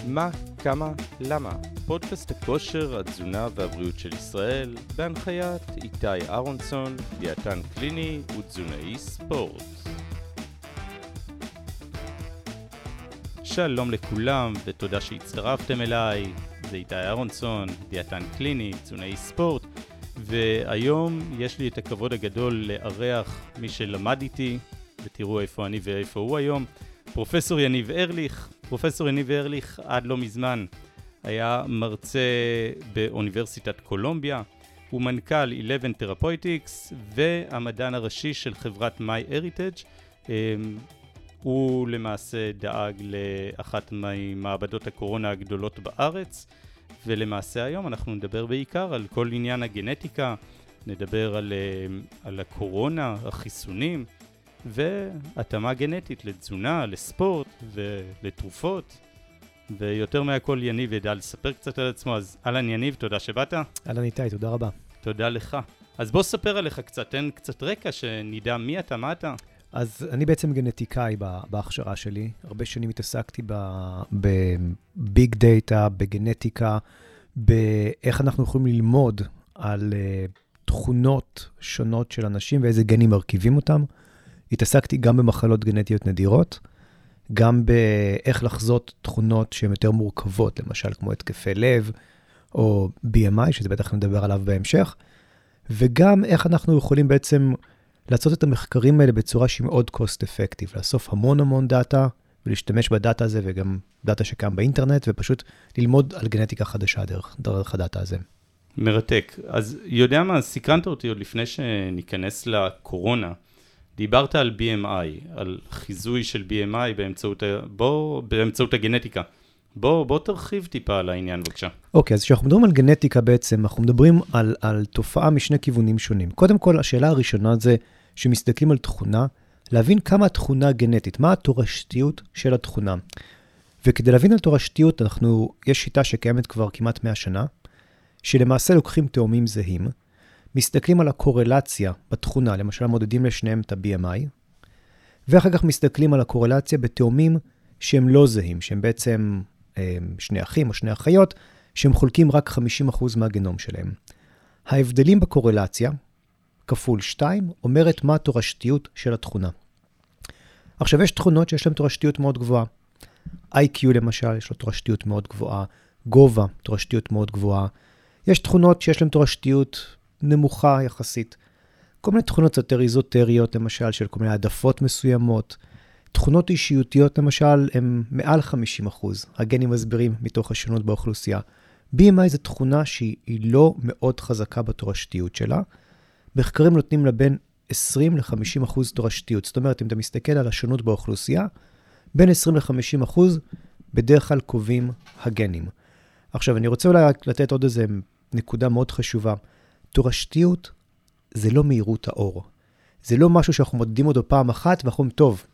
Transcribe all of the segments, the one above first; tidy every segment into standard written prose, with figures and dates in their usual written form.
מה, כמה, למה? פודקאסט הכושר, התזונה והבריאות של ישראל, בהנחיית איתי אהרונסון, דיאטן קליני ותזונאי ספורט. שלום לכולם ותודה שהצטרפתם אליי, זה איתי אהרונסון, דיאטן קליני, תזונאי ספורט, והיום יש לי את הכבוד הגדול לארח מי שלמד איתי, ותראו איפה אני ואיפה הוא היום, פרופסור יניב ארליך. פרופסור יניב ארליך עד לא מזמן היה מרצה באוניברסיטת קולומביה, הוא מנכ"ל 11 Therapeutics והמדען הראשי של חברת MyHeritage. הוא למעשה דאג לאחת ממעבדות הקורונה הגדולות בארץ, ולמעשה היום אנחנו נדבר בעיקר על כל עניין הגנטיקה, נדבר על הקורונה, החיסונים, והתאמה גנטית לתזונה, לספורט ולתרופות, ויותר מהכל יניב ידע לספר קצת על עצמו. אז אהלן יניב, תודה שבאת. אהלן איתי, תודה רבה. תודה לך. אז בוא ספר עליך קצת, תן קצת רקע שנדע מי אתה, מה אתה. אז אני בעצם גנטיקאי בהכשרה שלי. הרבה שנים התעסקתי בביג דאטה, בגנטיקה, באיך אנחנו יכולים ללמוד על תכונות שונות של אנשים ואיזה גנים מרכיבים אותם. התעסקתי גם במחלות גנטיות נדירות, גם באיך לחזות תכונות שהן יותר מורכבות, למשל כמו התקפי לב או BMI, שזה בטח נדבר עליו בהמשך, וגם איך אנחנו יכולים בעצם לעשות את המחקרים האלה בצורה שהיא מאוד cost effective, לאסוף המון דאטה ולהשתמש בדאטה הזה וגם דאטה שקיים באינטרנט, ופשוט ללמוד על גנטיקה חדשה דרך הדאטה הזה. מרתק. אז יודע מה, סקרנת אותי עוד לפני שניכנס לקורונה, דיברת על BMI, על חיזוי של BMI באמצעות הגנטיקה. בוא תרחיב טיפה על העניין בבקשה. אוקיי, אז כשאנחנו מדברים על גנטיקה בעצם, אנחנו מדברים על תופעה משני כיוונים שונים. קודם כל, השאלה הראשונה זה שמסתכלים על תכונה, להבין כמה התכונה גנטית, מה התורשתיות של התכונה. וכדי להבין על תורשתיות, יש שיטה שקיימת כבר כמעט 100 שנה, שלמעשה לוקחים תאומים זהים, מסתכלים על הקורלציה בתכונה, למשל מודדים לשניהם את ה-BMI, ואחר כך מסתכלים על הקורלציה בתאומים שהם לא זהים, שהם בעצם שני אחים או שני אחיות, שהם חולקים רק 50% מהגנום שלהם. ההבדלים בקורלציה, כפול 2, אומרת מה התורשתיות של התכונה. עכשיו, יש תכונות שיש להן תורשתיות מאוד גבוהה. IQ למשל, יש לו תורשתיות מאוד גבוהה, גובה, תורשתיות מאוד גבוהה. יש תכונות שיש להן תורשתיות נמוכה יחסית. כל מיני תכונות יותר איזוטריות, למשל, של כל מיני העדפות מסוימות. תכונות אישיותיות, למשל, הן מעל 50%. הגנים מסבירים מתוך השונות באוכלוסייה. BMI זה תכונה שהיא לא מאוד חזקה בתורשתיות שלה. מחקרים נותנים לה בין 20 ל-50% תורשתיות. זאת אומרת, אם אתה מסתכל על השונות באוכלוסייה, בין 20 ל-50% בדרך כלל קובעים הגנים. עכשיו, אני רוצה אולי לתת עוד איזה נקודה מאוד חשובה. תורשתיות זה לא מהירות האור. זה לא משהו שאנחנו מודדים אותו פעם אחת, ואנחנו אומרים, טוב,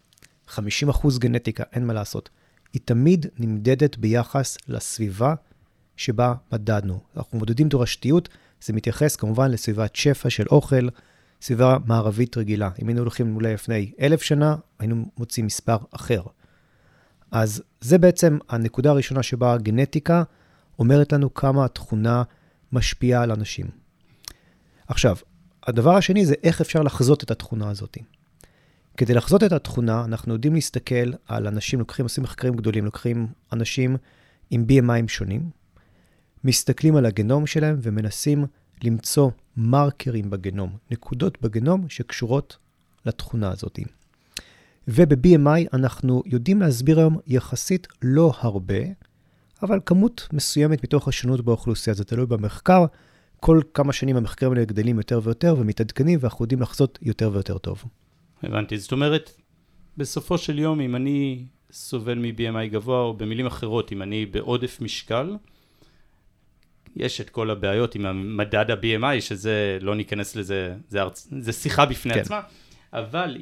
50% גנטיקה, אין מה לעשות. היא תמיד נמדדת ביחס לסביבה שבה מדדנו. אנחנו מודדים תורשתיות, זה מתייחס כמובן לסביבת שפע של אוכל, סביבה מערבית רגילה. אם היינו הולכים אולי לפני 1,000 שנה, היינו מוצאים מספר אחר. אז זה בעצם הנקודה הראשונה שבה הגנטיקה אומרת לנו כמה התכונה משפיעה על אנשים. עכשיו, הדבר השני זה איך אפשר לחזות את התכונה הזאת. כדי לחזות את התכונה, אנחנו יודעים להסתכל על אנשים, עושים מחקרים גדולים, לוקחים אנשים עם BMI שונים, מסתכלים על הגנום שלהם ומנסים למצוא מרקרים בגנום, נקודות בגנום שקשורות לתכונה הזאת. וב-BMI אנחנו יודעים להסביר היום יחסית לא הרבה, אבל כמות מסוימת מתוך השונות באוכלוסייה, זה תלוי במחקר, כל כמה שנים המחקרים האלה גדלים יותר ויותר ומתעדכנים, ואנחנו יודעים לחזות יותר ויותר טוב. הבנתי, זאת אומרת, בסופו של יום, אם אני סובל מ-BMI גבוה, או במילים אחרות, אם אני בעודף משקל, יש את כל הבעיות עם מדד ה-BMI, שזה לא ניכנס לזה, זה שיחה בפני עצמה, אבל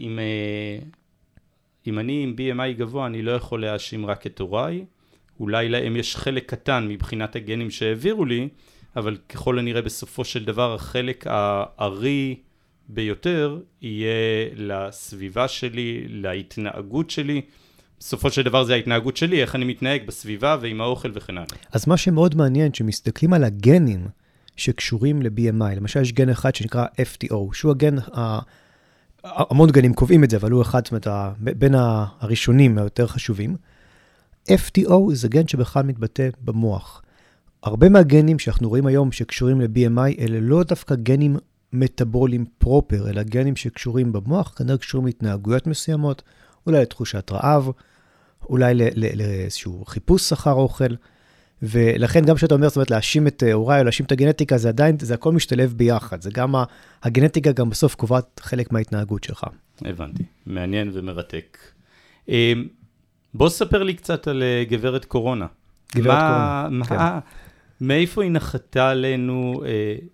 אם אני עם BMI גבוה, אני לא יכול להאשים רק את הוריי, אולי להם יש חלק קטן מבחינת הגנים שהעבירו לי, אבל ככל הנראה בסופו של דבר החלק הארי ביותר יהיה לסביבה שלי, להתנהגות שלי. בסופו של דבר זה ההתנהגות שלי, איך אני מתנהג בסביבה ועם האוכל וכן הלאה. אז מה שמאוד מעניין, שמסתכלים על הגנים שקשורים ל-BMI, למשל יש גן אחד שנקרא FTO, שהוא הגן, המון גנים קובעים את זה, אבל הוא אחד, זאת אומרת, בין הראשונים היותר חשובים. FTO זה גן שבכלל מתבטא במוח. הרבה מהגנים שאנחנו רואים היום שקשורים ל-BMI, אלה לא דווקא גנים מטאבוליים פרופר, אלא גנים שקשורים במוח, כנראה קשורים להתנהגויות מסוימות, אולי לתחושת רעב, אולי לאיזשהו חיפוש אחר אוכל, ולכן גם שאתה אומר, זאת אומרת, להאשים את הוריי או להאשים את הגנטיקה, זה עדיין, זה הכל משתלב ביחד. זה גם, הגנטיקה גם בסוף קובעת חלק מההתנהגות שלך. הבנתי, מעניין ומרתק. בוא ספר לי קצת על גברת קורונה. גברת קורונה, כן. מאיפה היא נחתה עלינו,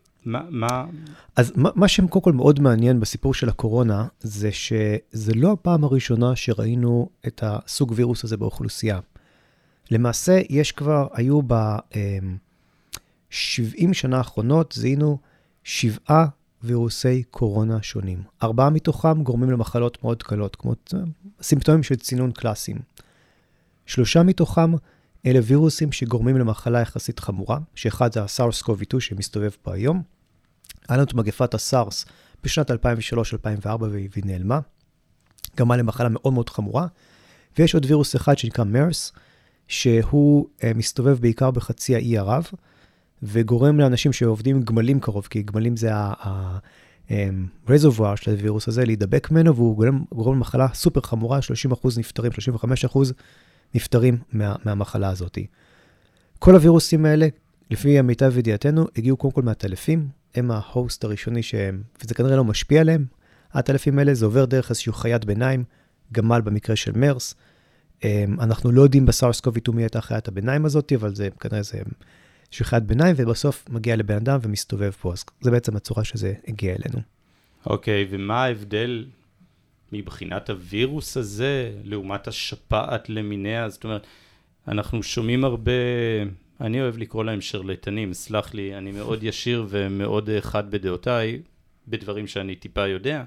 אז מה שקודם כל מאוד מעניין בסיפור של הקורונה, זה שזה לא הפעם הראשונה שראינו את הסוג וירוס הזה באוכלוסייה. למעשה, היו ב-70 שנה האחרונות, זיהינו 7 וירוסי קורונה שונים. 4 מתוכם גורמים למחלות מאוד קלות, כמו סימפטומים של צינון קלאסיים. 3 מתוכם אלה וירוסים שגורמים למחלה יחסית חמורה, שאחד זה הסארס-קובי-2 שמסתובב פה היום. היה לנו את מגפת הסארס בשנת 2003-2004 והיא נעלמה. גרמה למחלה מאוד מאוד חמורה. ויש עוד וירוס אחד שנקרא מרס, שהוא מסתובב בעיקר בחצי האי ערב, וגורם לאנשים שעובדים עם גמלים קרוב, כי גמלים זה הרזובואר של הווירוס הזה, להידבק ממנו, והוא גורם למחלה סופר חמורה, 30% נפטרים, 35% נפטרים מהמחלה הזאת. כל הווירוסים האלה, לפי המיטב ידיעתנו, הגיעו קודם כל מהטלפים, הם ההוסט הראשוני וזה כנראה לא משפיע עליהם. הטלפים האלה זה עובר דרך איזשהו חיית ביניים, גמל במקרה של מרס. אנחנו לא יודעים בסארס-קובי-2 מי הייתה חיית הביניים הזאת, אבל זה כנראה זה איזשהו חיית ביניים, ובסוף מגיע לבן אדם ומסתובב פה. אז זה בעצם הצורה שזה הגיע אלינו. אוקיי, ומה ההבדל מבחינת הווירוס הזה, לעומת השפעת למיניה? זאת אומרת, אנחנו שומעים הרבה, אני אוהב לקרוא להם שרלטנים, סלח לי, אני מאוד ישיר ומאוד חד בדעותיי, בדברים שאני טיפה יודע.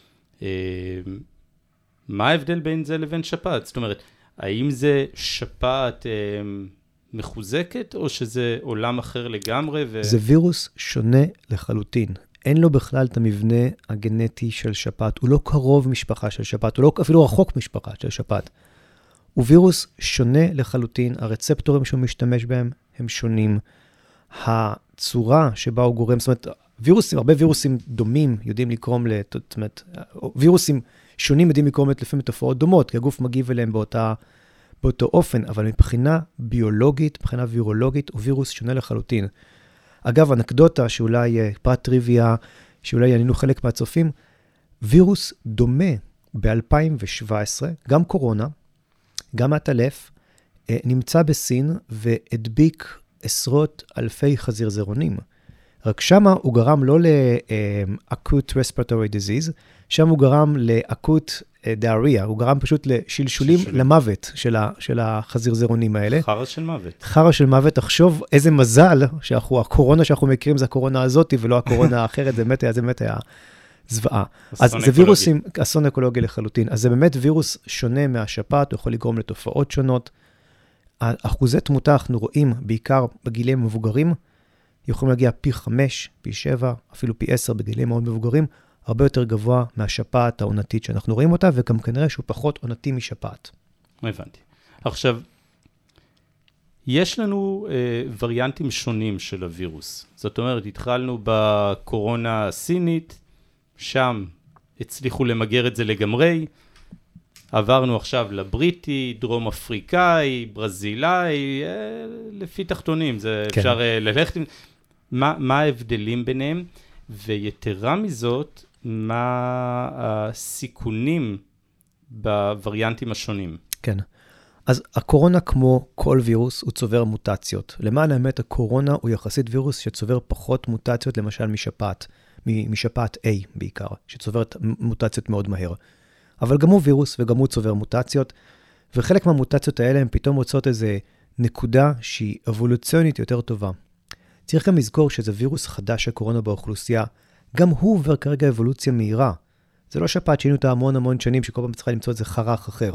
מה ההבדל בין זה לבין שפעת? זאת אומרת, האם זה שפעת מחוזקת, או שזה עולם אחר לגמרי? זה וירוס שונה לחלוטין. אין לו בכלל את המבנה הגנטי של שפעת. הוא לא קרוב משפחה של שפעת, הוא לא אפילו רחוק משפחה של שפעת. הוא וירוס שונה לחלוטין, הרצפטורים שהוא משתמש בהם הם שונים. הצורה שבה הוא גורם, זאת אומרת, הרבה וירוסים דומים יודעים לקרום, זאת אומרת, וירוסים שונים יודעים לקרום לפעמים תופעות דומות, כי הגוף מגיב אליהם באותו אופן, אבל מבחינה ביולוגית, מבחינה וירולוגית, הוא וירוס שונה לחלוטין. אגב, אנקדוטה שאולי פרט טריוויה, שאולי יעניינו חלק מהצופים, וירוס דומה ב-2017, גם קורונה, גם הטלף, נמצא בסין והדביק עשרות אלפי חזירזרונים. רק שמה הוא גרם לא ל-acute respiratory disease, שם הוא גרם ל-acute diarrhea, הוא גרם פשוט לשלשולים למוות של החזירזרונים האלה. חרא של מוות. חרא של מוות, תחשוב איזה מזל שהקורונה שאנחנו מכירים זה הקורונה הזאת, ולא הקורונה האחרת, זה באמת היה זוועה. אז זה וירוסים, אסון אקולוגי לחלוטין, אז זה באמת וירוס שונה מהשפעת, הוא יכול לגרום לתופעות שונות. אחוזי תמותה אנחנו רואים בעיקר בגילים מבוגרים, יכולים להגיע פי 5, פי 7, אפילו פי 10 בגילים מאוד מבוגרים, הרבה יותר גבוה מהשפעת העונתית שאנחנו רואים אותה, וגם כנראה שהוא פחות עונתי משפעת. הבנתי. עכשיו, יש לנו וריאנטים שונים של הווירוס. זאת אומרת, התחלנו בקורונה הסינית, שם הצליחו למגר את זה לגמרי, עברנו עכשיו לבריטי, דרום אפריקאי, ברזילאי, לפי תחתונים, זה כן. אפשר ללכת. מה ההבדלים ביניהם? ויתרה מזאת, מה הסיכונים בווריאנטים השונים? כן. אז הקורונה כמו כל וירוס הוא צובר מוטציות. למען האמת, הקורונה הוא יחסית וירוס שצובר פחות מוטציות, למשל משפעת A בעיקר, שצוברת מוטציות מאוד מהר. אבל גם הוא וירוס וגם הוא צובר מוטציות, וחלק מהמוטציות האלה הן פתאום מוצאות איזו נקודה שהיא אבולוציונית יותר טובה. צריך גם לזכור שזה וירוס חדש של קורונה באוכלוסייה, גם הוא עובר כרגע אבולוציה מהירה. זה לא שפעת שהיינו אותה המון שנים שכל פעם צריכה למצוא איזה חרך אחר,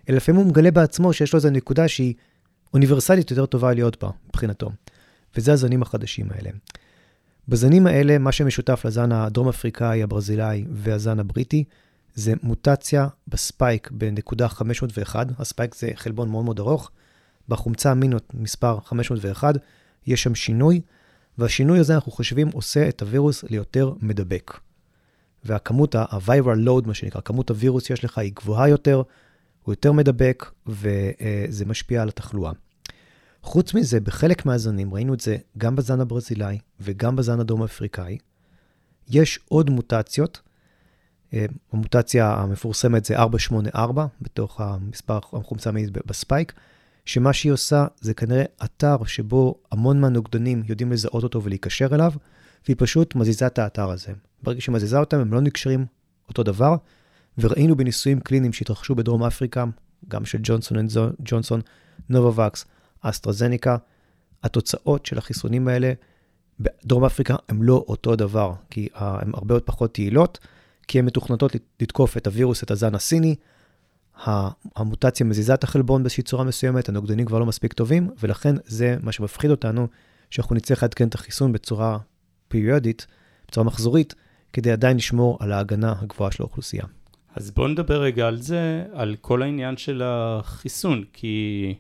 אלא לפעמים הוא מגלה בעצמו שיש לו איזו נקודה שהיא אוניברסלית יותר טובה להיות בה, מבחינתו. וזה הזנים החדשים האלה. בזנים האלה, מה שמשותף לזן הדרום אפריקאי, הברזילאי והזן הבריטי, זה מוטציה בספייק בנקודה 501. הספייק זה חלבון מאוד מאוד ארוך. בחומצה אמינות מספר 501, יש שם שינוי, והשינוי הזה אנחנו חושבים עושה את הווירוס ליותר מדבק. והכמות ה-viral load, מה שנקרא, כמות הווירוס שיש לך היא גבוהה יותר, הוא יותר מדבק, וזה משפיע על התחלואה. חוץ מזה, בחלק מהזנים, ראינו את זה גם בזן הברזילאי וגם בזן הדרום אפריקאי, יש עוד מוטציות. המוטציה המפורסמת זה 484, בתוך המספר החומצה המינית בספייק, שמה שהיא עושה זה כנראה אתר שבו המון מהנוגדנים יודעים לזהות אותו ולהיקשר אליו, והיא פשוט מזיזה את האתר הזה. ברגע שהיא מזיזה אותם, הם לא נקשרים אותו דבר, וראינו בניסויים קליניים שהתרחשו בדרום אפריקה, גם של ג'ונסון, נובווקס, אסטרזניקה, התוצאות של החיסונים האלה בדרום אפריקה הם לא אותו דבר, כי הן הרבה עוד פחות יעילות, כי הן מתוכנתות לתקוף את הווירוס, את הזן הסיני, המוטציה מזיזה את החלבון באיזושהי צורה מסוימת, הנוגדנים כבר לא מספיק טובים, ולכן זה מה שמפחיד אותנו, שאנחנו נצטרך לעדכן את החיסון בצורה פיריודית, בצורה מחזורית, כדי עדיין לשמור על ההגנה הגבוהה של האוכלוסייה. אז בואו נדבר רגע על זה, על כל העניין של החיסון, כי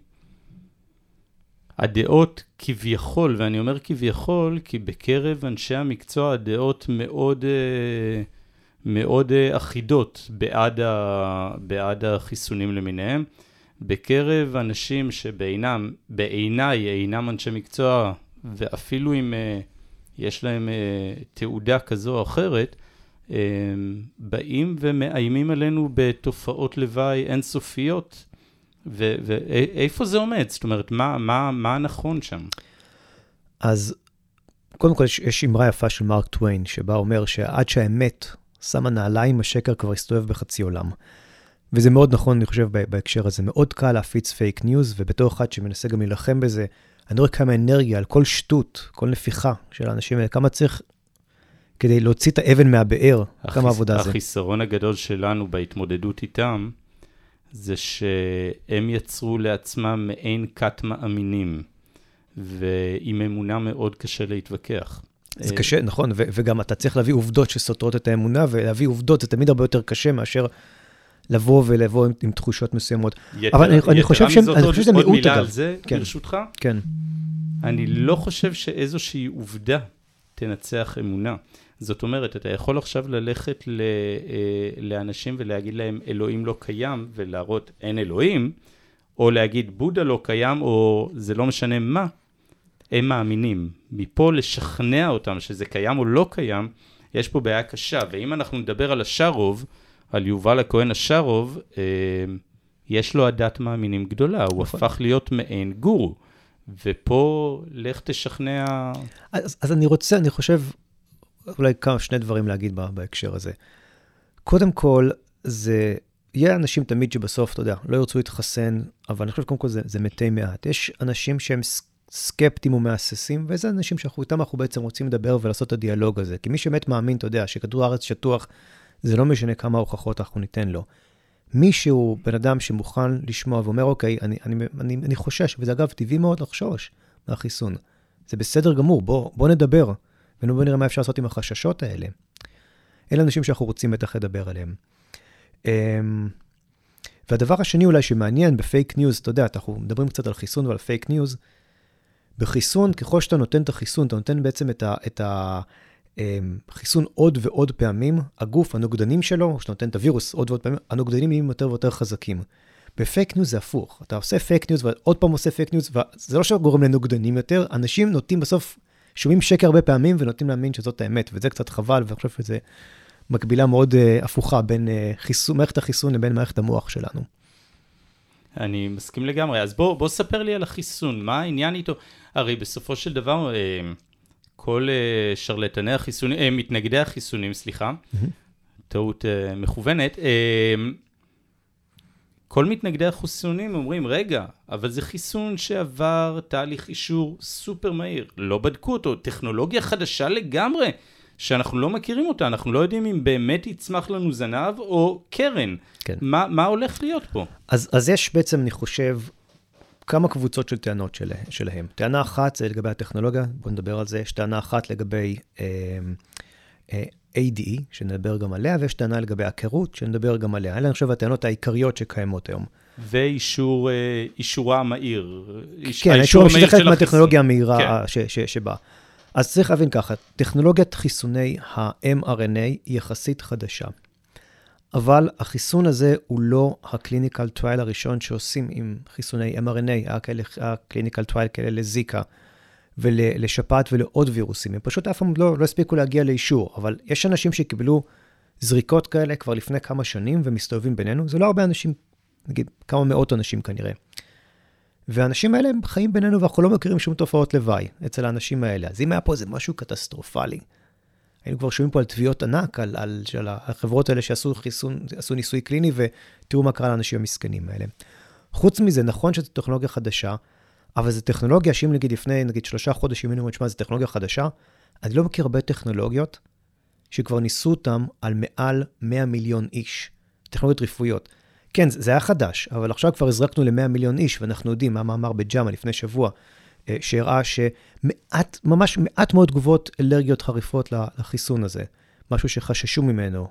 הדעות כביכול, ואני אומר כביכול, כי בקרב אנשי המקצוע הדעות מאוד אחידות בעד החיסונים למיניהם. בקרב אנשים שבעיניי אינם אנשי מקצוע, ואפילו אם יש להם תעודה כזו או אחרת, באים ומאיימים עלינו בתופעות לוואי אינסופיות, ואיפה זה עומד? זאת אומרת, מה נכון שם? אז קודם כל יש אמרה יפה של מרק טוויין, שבה אומר שעד שהאמת שמה נעליים, השקר כבר הסתובב בחצי עולם. וזה מאוד נכון, אני חושב, בהקשר הזה. מאוד קל להפיץ פייק ניוז, ובתור אחד שמנסה גם להילחם בזה, אני רואה כמה אנרגיה על כל שטות, כל נפיחה של האנשים האלה, כמה צריך כדי להוציא את האבן מהבאר, כמה עבודה זה. החיסרון הגדול שלנו בהתמודדות איתם, זה שהם יצרו לעצמם מעין כת מאמינים, ועם אמונה מאוד קשה להתווכח. זה קשה, נכון, וגם אתה צריך להביא עובדות שסותרות את האמונה, ולהביא עובדות זה תמיד הרבה יותר קשה מאשר לבוא עם תחושות מסוימות. אבל אני חושב שזה מיעוט, עוד מילה על זה, ברשותך? כן. אני לא חושב שאיזושהי עובדה תנצח אמונה. זאת אומרת, אתה יכול עכשיו ללכת לאנשים ולהגיד להם, אלוהים לא קיים, ולהראות אין אלוהים, או להגיד, בודה לא קיים, או זה לא משנה מה, הם מאמינים. מפה לשכנע אותם שזה קיים או לא קיים, יש פה בעיה קשה. ואם אנחנו נדבר על השרוב, על יובל הכהן השרוב, יש לו עדת מאמינים גדולה, הוא הפך להיות מעין גורו. ופה לך תשכנע... אז אני חושב, אולי שני דברים להגיד בהקשר הזה. קודם כל, יהיה אנשים תמיד שבסוף, אתה יודע, לא ירצו להתחסן, אבל אני חושב קודם כל זה מתי מעט. יש אנשים שהם סקפטיים ומאססים, וזה אנשים איתם אנחנו בעצם רוצים לדבר ולעשות את הדיאלוג הזה. כי מי שבאמת מאמין, אתה יודע, שכדור הארץ שטוח, זה לא משנה כמה הוכחות אנחנו ניתן לו. מישהו, בן אדם שמוכן לשמוע ואומר, אוקיי, אני חושש, וזה אגב טבעי מאוד לחשוש מהחיסון. זה בסדר גמור, בוא נדבר, ובוא נראה מה אפשר לעשות עם החששות האלה. אלה אנשים שאנחנו רוצים בטח לדבר עליהם. והדבר השני אולי שמעניין בפייק ניוז, אתה יודע, אנחנו מדברים קצת על חיסון ועל פייק ניוז, בחיסון, ככל שאתה נותן את החיסון, אתה נותן בעצם את החיסון עוד ועוד פעמים, הגוף, הנוגדנים שלו, שאתה נותן את הווירוס עוד ועוד פעמים, הנוגדנים נהיים יותר ויותר חזקים. בפייק ניוז זה הפוך. אתה עושה פייק ניוז ועוד פעם עושה פייק ניוז, וזה לא שגורם לנוגדנים יותר, אנשים נוטים בסוף, שומעים שקר הרבה פעמים ונוטים להאמין שזאת האמת, וזה קצת חבל, ואני חושב שזה מקבילה מאוד הפוכה בין מערכת החיסון לבין מערכת המוח שלנו. אני מסכים לגמרי. אז בוא ספר לי על החיסון, מה העניין איתו? הרי בסופו של דבר, כל שרלטני החיסונים, מתנגדי החיסונים, סליחה, טעות מכוונת, כל מתנגדי החיסונים אומרים, רגע, אבל זה חיסון שעבר תהליך אישור סופר מהיר, לא בדקו אותו, טכנולוגיה חדשה לגמרי, שאנחנו לא מכירים אותה, אנחנו לא יודעים אם באמת יצמח לנו זנב או קרן. כן. מה הולך להיות פה? אז יש בעצם, אני חושב, כמה קבוצות של טענות שלהם. טענה אחת זה לגבי הטכנולוגיה, בואו נדבר על זה. יש טענה אחת לגבי ADE, שנדבר גם עליה, ויש טענה לגבי הכרות, שנדבר גם עליה. אלה, אני חושב, הטענות העיקריות שקיימות היום. ואישורה המהיר. כן, האישור שזה חלק מהטכנולוגיה המהירה שבאה. אז צריך להבין ככה, טכנולוגיית חיסוני ה-mRNA היא יחסית חדשה. אבל החיסון הזה הוא לא הקליניקל טרייל הראשון שעושים עם חיסוני mRNA, הקליניקל טרייל כאלה לזיקה ולשפעת ולעוד וירוסים. הם פשוט אף פעם לא הספיקו להגיע לאישור, אבל יש אנשים שקיבלו זריקות כאלה כבר לפני כמה שנים ומסתובבים בינינו. זה לא הרבה אנשים, נגיד כמה מאות אנשים כנראה. והאנשים האלה הם חיים בינינו ואנחנו לא מכירים שום תופעות לוואי אצל האנשים האלה. אז אם היה פה איזה משהו קטסטרופלי, היינו כבר שומעים פה על תביעות ענק, על החברות האלה שעשו ניסוי קליני, ותראו מה קרה לאנשים המסכנים האלה. חוץ מזה, נכון שזו טכנולוגיה חדשה, אבל זו טכנולוגיה שאם נגיד לפני, 3 חודשים, היינו אומרים, זו טכנולוגיה חדשה, אני לא מכיר הרבה טכנולוגיות שכבר ניסו אותם על מעל 100 מיליון איש, טכנולוגיות רפואיות. כן, זה היה חדש, אבל עכשיו כבר הזרקנו ל100 מיליון איש, ואנחנו יודעים מה מאמר בג'אמה לפני שבוע, שהראה ממש מעט מאוד תגובות אלרגיות חריפות לחיסון הזה, משהו שחששו ממנו.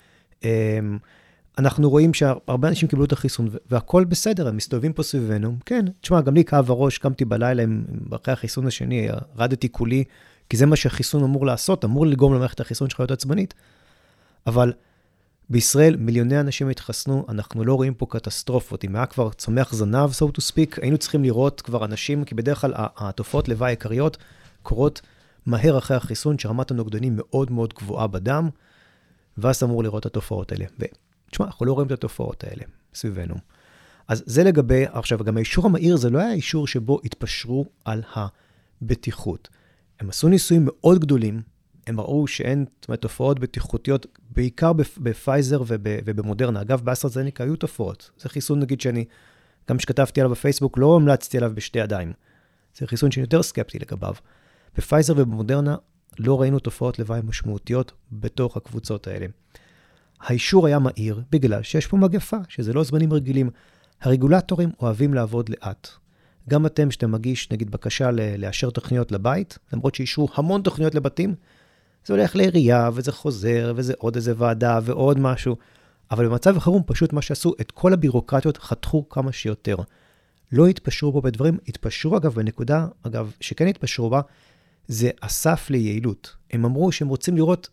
אנחנו רואים שהרבה אנשים קיבלו את החיסון, והכל בסדר, הם מסתובבים פה סביבנו. כן, תשמע, גם לי כאב הראש, קמתי בלילה אחרי החיסון השני, רדתי כולי, כי זה מה שהחיסון אמור לעשות, אמור לגרום למערכת החיסון שלך להיות עצבנית. אבל בישראל מיליוני אנשים התחסנו, אנחנו לא רואים פה קטסטרופות. אם היה כבר צומח זנב, so to speak, היינו צריכים לראות כבר אנשים, כי בדרך כלל התופעות לוואי העיקריות קורות מהר אחרי החיסון, שרמת הנוגדנים מאוד מאוד גבוהה בדם, ואז אמור לראות את התופעות האלה. ותשמע, אנחנו לא רואים את התופעות האלה סביבנו. אז זה לגבי, עכשיו, גם האישור המהיר, זה לא היה אישור שבו התפשרו על הבטיחות. הם עשו ניסויים מאוד גדולים, הם ראו שאין תופעות בטיחותיות, בעיקר בפייזר ובמודרנה. אגב, באסטרהזניקה היו תופעות. זה חיסון, נגיד, שאני, גם שכתבתי עליו בפייסבוק, לא המלצתי עליו בשתי ידיים. זה חיסון שאני יותר סקפטי לגביו. בפייזר ובמודרנה לא ראינו תופעות לוואי משמעותיות בתוך הקבוצות האלה. האישור היה מהיר בגלל שיש פה מגפה, שזה לא זמנים רגילים. הרגולטורים אוהבים לעבוד לאט. גם אתם שאתם מגיש, נגיד, בקשה לאשר תוכניות לבית, למרות שאישרו המון תוכניות לבתים, זה הולך לעירייה, וזה חוזר, וזה עוד איזה ועדה, ועוד משהו. אבל במצב החירום, פשוט מה שעשו, את כל הבירוקרטיות חתכו כמה שיותר. לא התפשרו פה בדברים, התפשרו אגב בנקודה, שכן התפשרו בה, זה הסף ליעילות. הם אמרו שהם רוצים לראות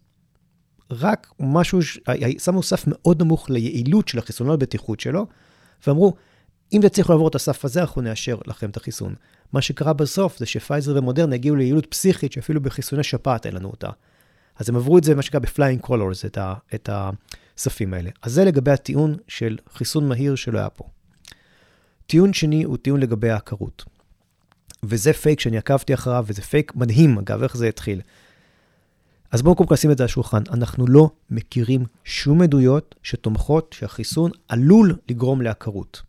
רק משהו, שמו סף מאוד נמוך ליעילות של החיסון, לא לבטיחות שלו, ואמרו, אם תצליחו לעבור את הסף הזה, אנחנו נאשר לכם את החיסון. מה שקרה בסוף זה שפייזר ומודרנה הגיעו ליעילות פסיכית, שאפילו בחיסוני שפעת אין לנו אותה. אז הם עברו את זה, מה שקרה ב-flying colors, את הספים האלה. אז זה לגבי הטיעון של חיסון מהיר שלא היה פה. טיעון שני הוא טיעון לגבי ההכרות. וזה פייק שאני עקבתי אחריו, וזה פייק מדהים, אגב, איך זה התחיל. אז בואו קודם לשים את זה על השולחן. אנחנו לא מכירים שום עדויות שתומכות שהחיסון עלול לגרום להכרות.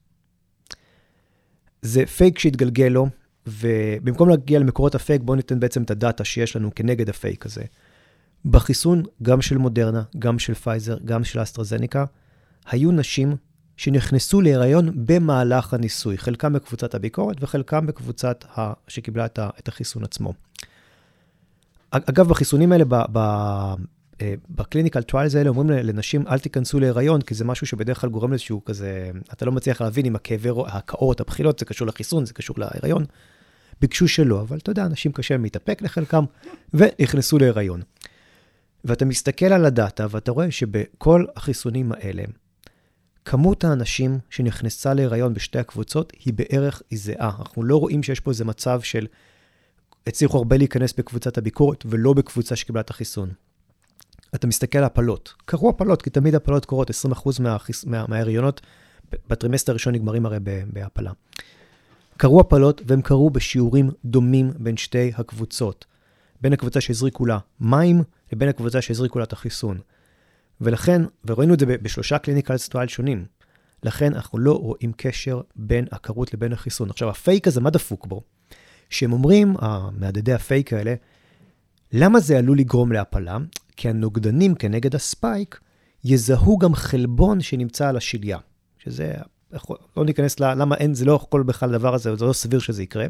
זה פייק שהתגלגל לו, ובמקום להגיע למקורות הפייק, בואו ניתן בעצם את הדאטה שיש לנו כנגד הפייק הזה. בחיסון, גם של מודרנה, גם של פייזר, גם של אסטרהזניקה, היו נשים שנכנסו להיריון במהלך הניסוי, חלקם בקבוצת הביקורת וחלקם בקבוצת שקיבלה את החיסון עצמו. אגב, בחיסונים האלה, בקליניקל טריילס האלה, אומרים לנשים, אל תיכנסו להיריון, כי זה משהו שבדרך כלל גורם לאיזשהו כזה, אתה לא מצליח להבין אם הקאות, הבחילות, זה קשור לחיסון, זה קשור להיריון. ביקשו שלא, אבל אתה יודע, אנשים קשה להתאפק לחלקם, ונכנסו להיריון. ואתה מסתכל על הדאטה, ואתה רואה שבכל החיסונים האלה, כמות האנשים שנכנסה להיריון בשתי הקבוצות, היא בערך זהה. אנחנו לא רואים שיש פה איזה מצב של, הצליחו הרבה להיכנס בקבוצת הביקורת, ולא בקבוצה שקיבלה את החיסון. אתה מסתכל על הפלות. קרו הפלות, כי תמיד הפלות קורות 20% מההריונות, בטרימסטר הראשון נגמרים הרי בהפלה. קרו הפלות, והם קרו בשיעורים דומים בין שתי הקבוצות. בין הקבוצה שהזריקו לה מים, לבין הקבוצה שהזריקו לה את החיסון. ולכן, וראינו את זה בשלושה קליניקל טרייל שונים, לכן אנחנו לא רואים קשר בין הכרות לבין החיסון. עכשיו, הפייק הזה, מה דפוק בו? שהם אומרים, המעדדי הפייק האלה, למה זה עלול לגרום להפלה? כי הנוגדנים כנגד הספייק יזהו גם חלבון שנמצא על השליה, שזה, לא ניכנס למה אין, זה לא יכול בכלל דבר הזה, זה לא סביר שזה יקרה.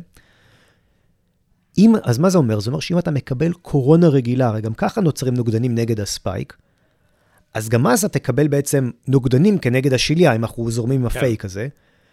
אז מה זה אומר? זה אומר שאם אתה מקבל קורונה רגילה, הרי גם ככה נוצרים נוגדנים נגד הספייק, אז גם אז אתה תקבל בעצם נוגדנים כנגד השליה, אם אנחנו זורמים עם הפייק הזה,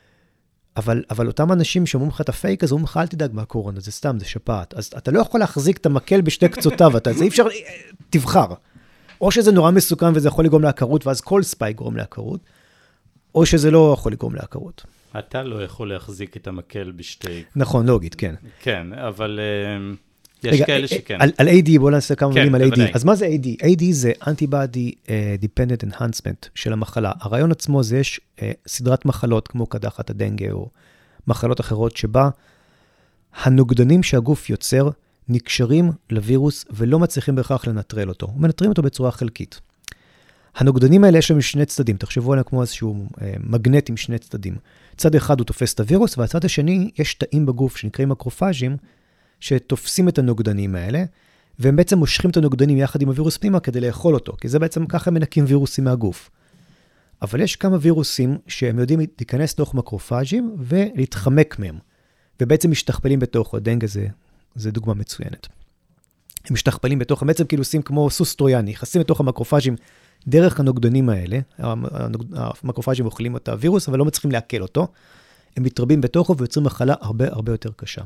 אבל אותם אנשים שאומרים לך את הפייק הזה, אומרים לך, אל תדאג מהקורונה, זה סתם, זה שפעת. אז אתה לא יכול להחזיק את המקל בשתי קצותיו, זה אי אפשר, תבחר. או שזה נורא מסוכן וזה יכול לגרום להכרות, ואז כל ספייק גורם להכרות, או שזה לא יכול לגרום להכרות. אתה לא יכול להחזיק את המקל בשתי... נכון, לוגית, כן. כן, אבל יש כאלה שכן. על AD, בואו נעשה כמה מילים על AD. בוודאי. אז מה זה AD? AD זה Antibody Dependent Enhancement של המחלה. הרעיון עצמו זה יש סדרת מחלות, כמו קדחת הדנגה, או מחלות אחרות, שבה הנוגדנים שהגוף יוצר נקשרים לווירוס, ולא מצליחים בהכרח לנטרל אותו. מנטרים אותו בצורה חלקית. הנוגדנים האלה יש להם שני צדדים, תחשבו עליהם כמו איזשהו מגנט עם שני צדדים. צד אחד הוא תופס את הווירוס, והצד השני יש תאים בגוף שנקראים מקרופאז'ים, שתופסים את הנוגדנים האלה, והם בעצם מושכים את הנוגדנים יחד עם הווירוס פנימה כדי לאכול אותו, כי זה בעצם ככה מנקים וירוסים מהגוף. אבל יש כמה וירוסים שהם יודעים להיכנס לתוך מקרופאז'ים ולהתחמק מהם, ובעצם משתכפלים בתוך, הדנגה זה דוגמה מצוינת. הם משתכפלים בתוך, הם בעצם כאילו עושים כמו סוס טרויאני, נכנסים לתוך המקרופאז'ים דרך הנוגדנים האלה, המקרופאז'ים אוכלים את הווירוס, אבל לא מצליחים לעכל אותו, הם מתרבים בתוכו ויוצרים מחלה הרבה הרבה יותר קשה.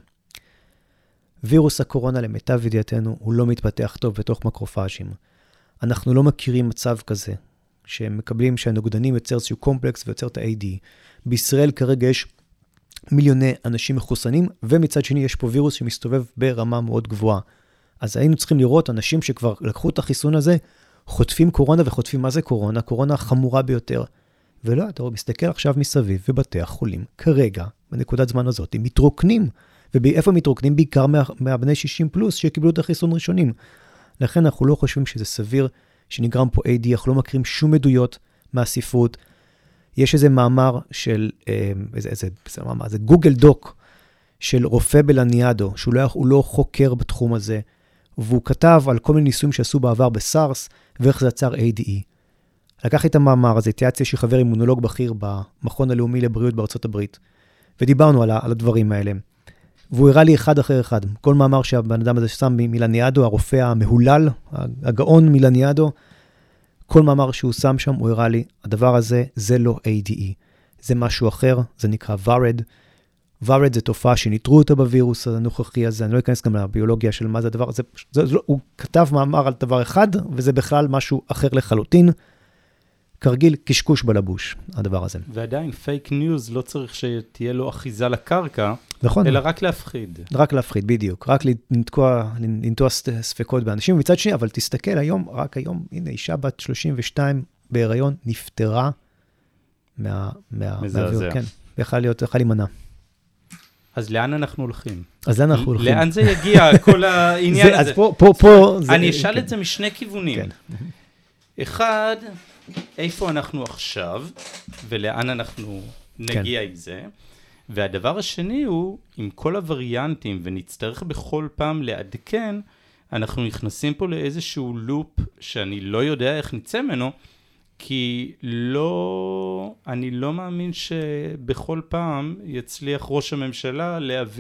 וירוס הקורונה, למיטב ידיעתנו, הוא לא מתפתח טוב בתוך מקרופאז'ים. אנחנו לא מכירים מצב כזה, שהם מקבלים שהנוגדנים יוצר איזשהו קומפלקס ויוצר את ה-AD. בישראל כרגע יש מיליוני אנשים מחוסנים, ומצד שני יש פה וירוס שמסתובב ברמה מאוד גבוהה. אז היינו צריכים לראות אנשים שכבר לקחו את החיסון הזה, חוטפים קורונה וחוטפים מה זה קורונה, קורונה חמורה ביותר. ולא, אתה מסתכל עכשיו מסביב, ובתי החולים כרגע, בנקודת זמן הזאת, הם מתרוקנים. ואיפה מתרוקנים? בעיקר מהבני 60 פלוס שקיבלו את החיסון ראשונים. לכן אנחנו לא חושבים שזה סביר שנגרם פה AD, אנחנו לא מכירים שום עדויות מהספרות. יש איזה מאמר של, זה גוגל דוק של רופא בלניאדו, שהוא לא חוקר בתחום הזה, והוא כתב על כל מיני ניסויים שעשו בעבר בסארס, ואיך זה יצר ADE. לקח את המאמר הזה, התייעצתי שיש לי חבר אימונולוג בכיר במכון הלאומי לבריאות בארצות הברית, ודיברנו על הדברים האלה. והוא הראה לי אחד אחר אחד. כל מאמר שהבן אדם הזה שם מלניאדו, הרופא המהולל, הגאון מלניאדו, כל מאמר שהוא שם שם, הוא הראה לי, הדבר הזה, זה לא ADE. זה משהו אחר, זה נקרא ורד. ורד זה תופעה שניטרו אותה בווירוס הנוכחי הזה, אני לא אכנס גם לביולוגיה של מה זה הדבר הזה. הוא כתב מאמר על דבר אחד, וזה בכלל משהו אחר לחלוטין. כרגיל, קשקוש בלבוש, הדבר הזה. ועדיין, פייק ניוז לא צריך שתהיה לו אחיזה לקרקע, נכון. אלא רק להפחיד. רק להפחיד, בדיוק. רק לנטוע ספקות באנשים. ומצד שני, אבל תסתכל היום, רק היום, הנה, אישה בת 32 בהיריון נפטרה מזעזע. כן, יכלה להימנע. אז לאן אנחנו הולכים? לאן זה יגיע, כל העניין הזה? אז פה... אני אשאל את זה משני כיוונים. אחד, איפה אנחנו עכשיו, ולאן אנחנו נגיע עם זה. והדבר השני הוא, עם כל הווריאנטים, ונצטרך בכל פעם לעדכן, אנחנו נכנסים פה לאיזשהו לופ שאני לא יודע איך נצא ממנו, כי אני לא מאמין שבכל פעם יצליח ראש הממשלה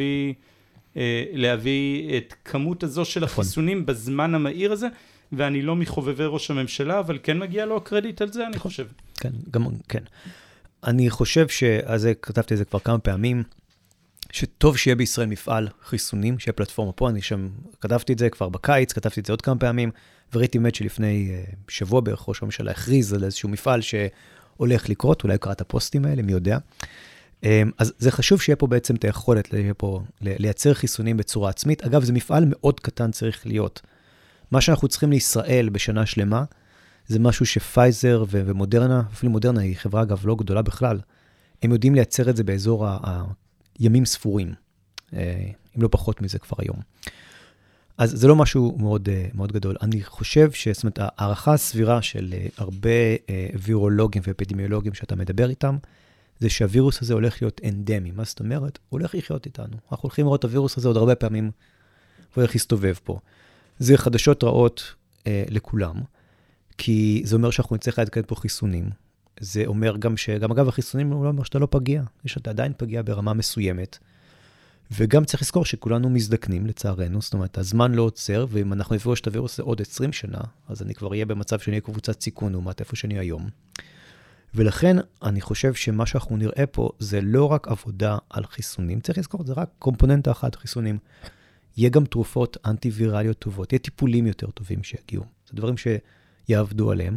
להביא את כמות הזו של החיסונים בזמן המהיר הזה, ואני לא מחובבי ראש הממשלה, אבל כן מגיע לו הקרדיט על זה, אני חושב. כן, גם כן. אני חושב כתבתי את זה כבר כמה פעמים, שטוב שיהיה בישראל מפעל חיסונים, שיהיה פלטפורמה פה, אני שם כתבתי את זה כבר בקיץ, כתבתי את זה עוד כמה פעמים, וראיתי באמת שלפני שבוע בערך ראש הממשלה הכריז על איזשהו מפעל שהולך לקרות, אולי קראת הפוסטים האלה, מי יודע. אז זה חשוב שיהיה פה בעצם את היכולת לייצר חיסונים בצורה עצמית. אגב, זה מפעל מאוד קטן צריך להיות. מה שאנחנו צריכים לישראל בשנה שלמה, זה משהו שפייזר ומודרנה, אפילו מודרנה היא חברה אגב לא גדולה בכלל, הם יודעים לייצר את זה באזור הימים ספורים, אם לא פחות מזה כבר היום. אז זה לא משהו מאוד, מאוד גדול. אני חושב זאת אומרת, הערכה הסבירה של הרבה וירולוגים ואפידמיולוגים שאתה מדבר איתם, זה שהווירוס הזה הולך להיות אנדמי. מה זאת אומרת? הוא הולך לחיות איתנו. אנחנו הולכים לראות את הווירוס הזה עוד הרבה פעמים, הוא הולך להסתובב פה. זה חדשות רעות, לכולם, כי זה אומר שאנחנו נצטרך להתקדם פה חיסונים. זה אומר גם אגב, החיסונים הוא לא אומר שאתה לא פגיע, שאתה עדיין פגיע ברמה מסוימת, וגם צריך לזכור שכולנו מזדקנים לצערנו, זאת אומרת, הזמן לא עוצר, ואם אנחנו נפגוש את הווירוס עוד 20 שנה, אז אני כבר אהיה במצב שאני אהיה קבוצת סיכון, לעומת איפה שאני היום. ולכן אני חושב שמה שאנחנו נראה פה, זה לא רק עבודה על חיסונים, צריך לזכור, זה רק קומפוננטה אחת, חיסונים. יהיה גם תרופות אנטי-ויראליות טובות, יהיה טיפולים יותר טובים שיגיעו. זה דברים שיעבדו עליהם.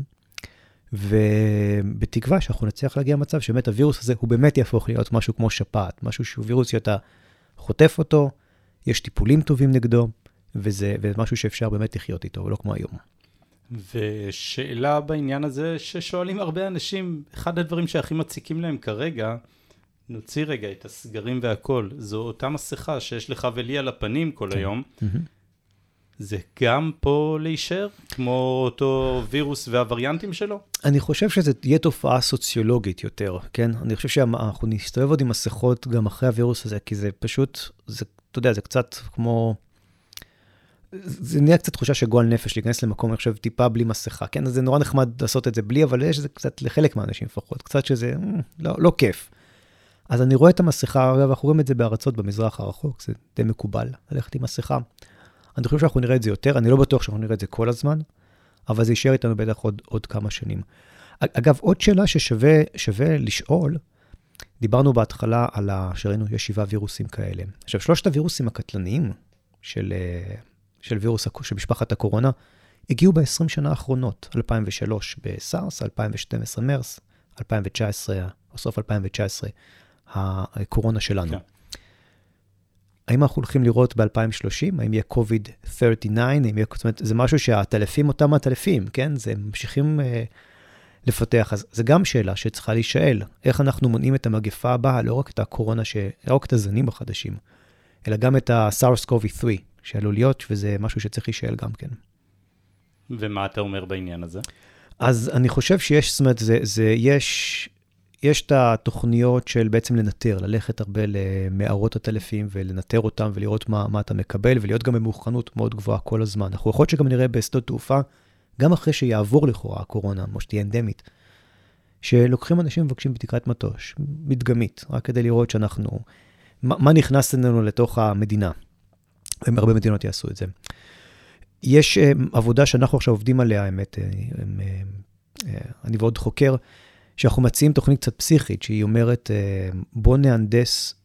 ובתקווה שאנחנו נצליח להגיע למצב שבאמת הווירוס הזה הוא באמת יהפוך להיות משהו כמו שפעת, משהו שהוא וירוס שאתה חוטף אותו, יש טיפולים טובים נגדו, וזה משהו שאפשר באמת לחיות איתו, ולא כמו היום. ושאלה בעניין הזה ששואלים הרבה אנשים, אחד הדברים שהכי מציקים להם כרגע, נוציא רגע את הסגרים והכל, זו אותה מסכה שיש לך ולי על הפנים כל היום, זה גם פה להישאר, כמו אותו וירוס והווריאנטים שלו? אני חושב שזה תהיה תופעה סוציולוגית יותר, כן? אני חושב שאנחנו נסתובב עוד עם מסכות גם אחרי הווירוס הזה, כי זה פשוט, אתה יודע, זה קצת כמו, זה נהיה קצת תחושה שגועל נפש, להיכנס למקום, אני חושב, טיפה בלי מסכה, כן? אז זה נורא נחמד לעשות את זה בלי, אבל יש זה קצת לחלק מהאנשים לפחות, קצת שזה לא כיף. אז אני רואה את המסכה, אגב, אנחנו רואים את זה בארצות במזרח הרחוק, זה די מקובל, ללכת עם מסכה. אני חושב שאנחנו נראה את זה יותר, אני לא בטוח שאנחנו נראה את זה כל הזמן, אבל זה יישאר איתנו בטח עוד כמה שנים. אגב, עוד שאלה ששווה לשאול, דיברנו בהתחלה על שראינו יש 7 וירוסים כאלה. עכשיו, 3 הווירוסים הקטלניים של וירוס, של משפחת הקורונה, הגיעו ב-20 שנה האחרונות, 2003 בסארס, 2012 מרס, 2019, או סוף 2019, הקורונה שלנו. כן. האם אנחנו הולכים לראות ב-2030? האם יהיה COVID-39? זאת אומרת, זה משהו שהטלפים אותם הטלפים, כן? זה ממשיכים לפתח. אז זה גם שאלה שצריכה להישאל. איך אנחנו מונעים את המגפה הבאה, לא רק את הקורונה, לא רק את הזנים החדשים, אלא גם את ה-SARS-CoV-3 שעלול להיות, וזה משהו שצריך להישאל גם כן. ומה אתה אומר בעניין הזה? אז אני חושב שיש, זאת אומרת, יש את התוכניות של בעצם לנטר, ללכת הרבה למערות הטלפים ולנטר אותם ולראות מה אתה מקבל, ולהיות גם במוכנות מאוד גבוהה כל הזמן. אנחנו יכול להיות שגם נראה בשדות תעופה, גם אחרי שיעבור לכאורה הקורונה, כמו שתהיה אנדמית, שלוקחים אנשים ומבקשים בדיקת מטוש, מדגמית, רק כדי לראות שאנחנו, מה נכנס לנו לתוך המדינה. הרבה מדינות יעשו את זה. יש עבודה שאנחנו עכשיו עובדים עליה, האמת, אני ועוד חוקר, שאנחנו מציעים תוכנית קצת פסיכית, שהיא אומרת, בוא נהנדס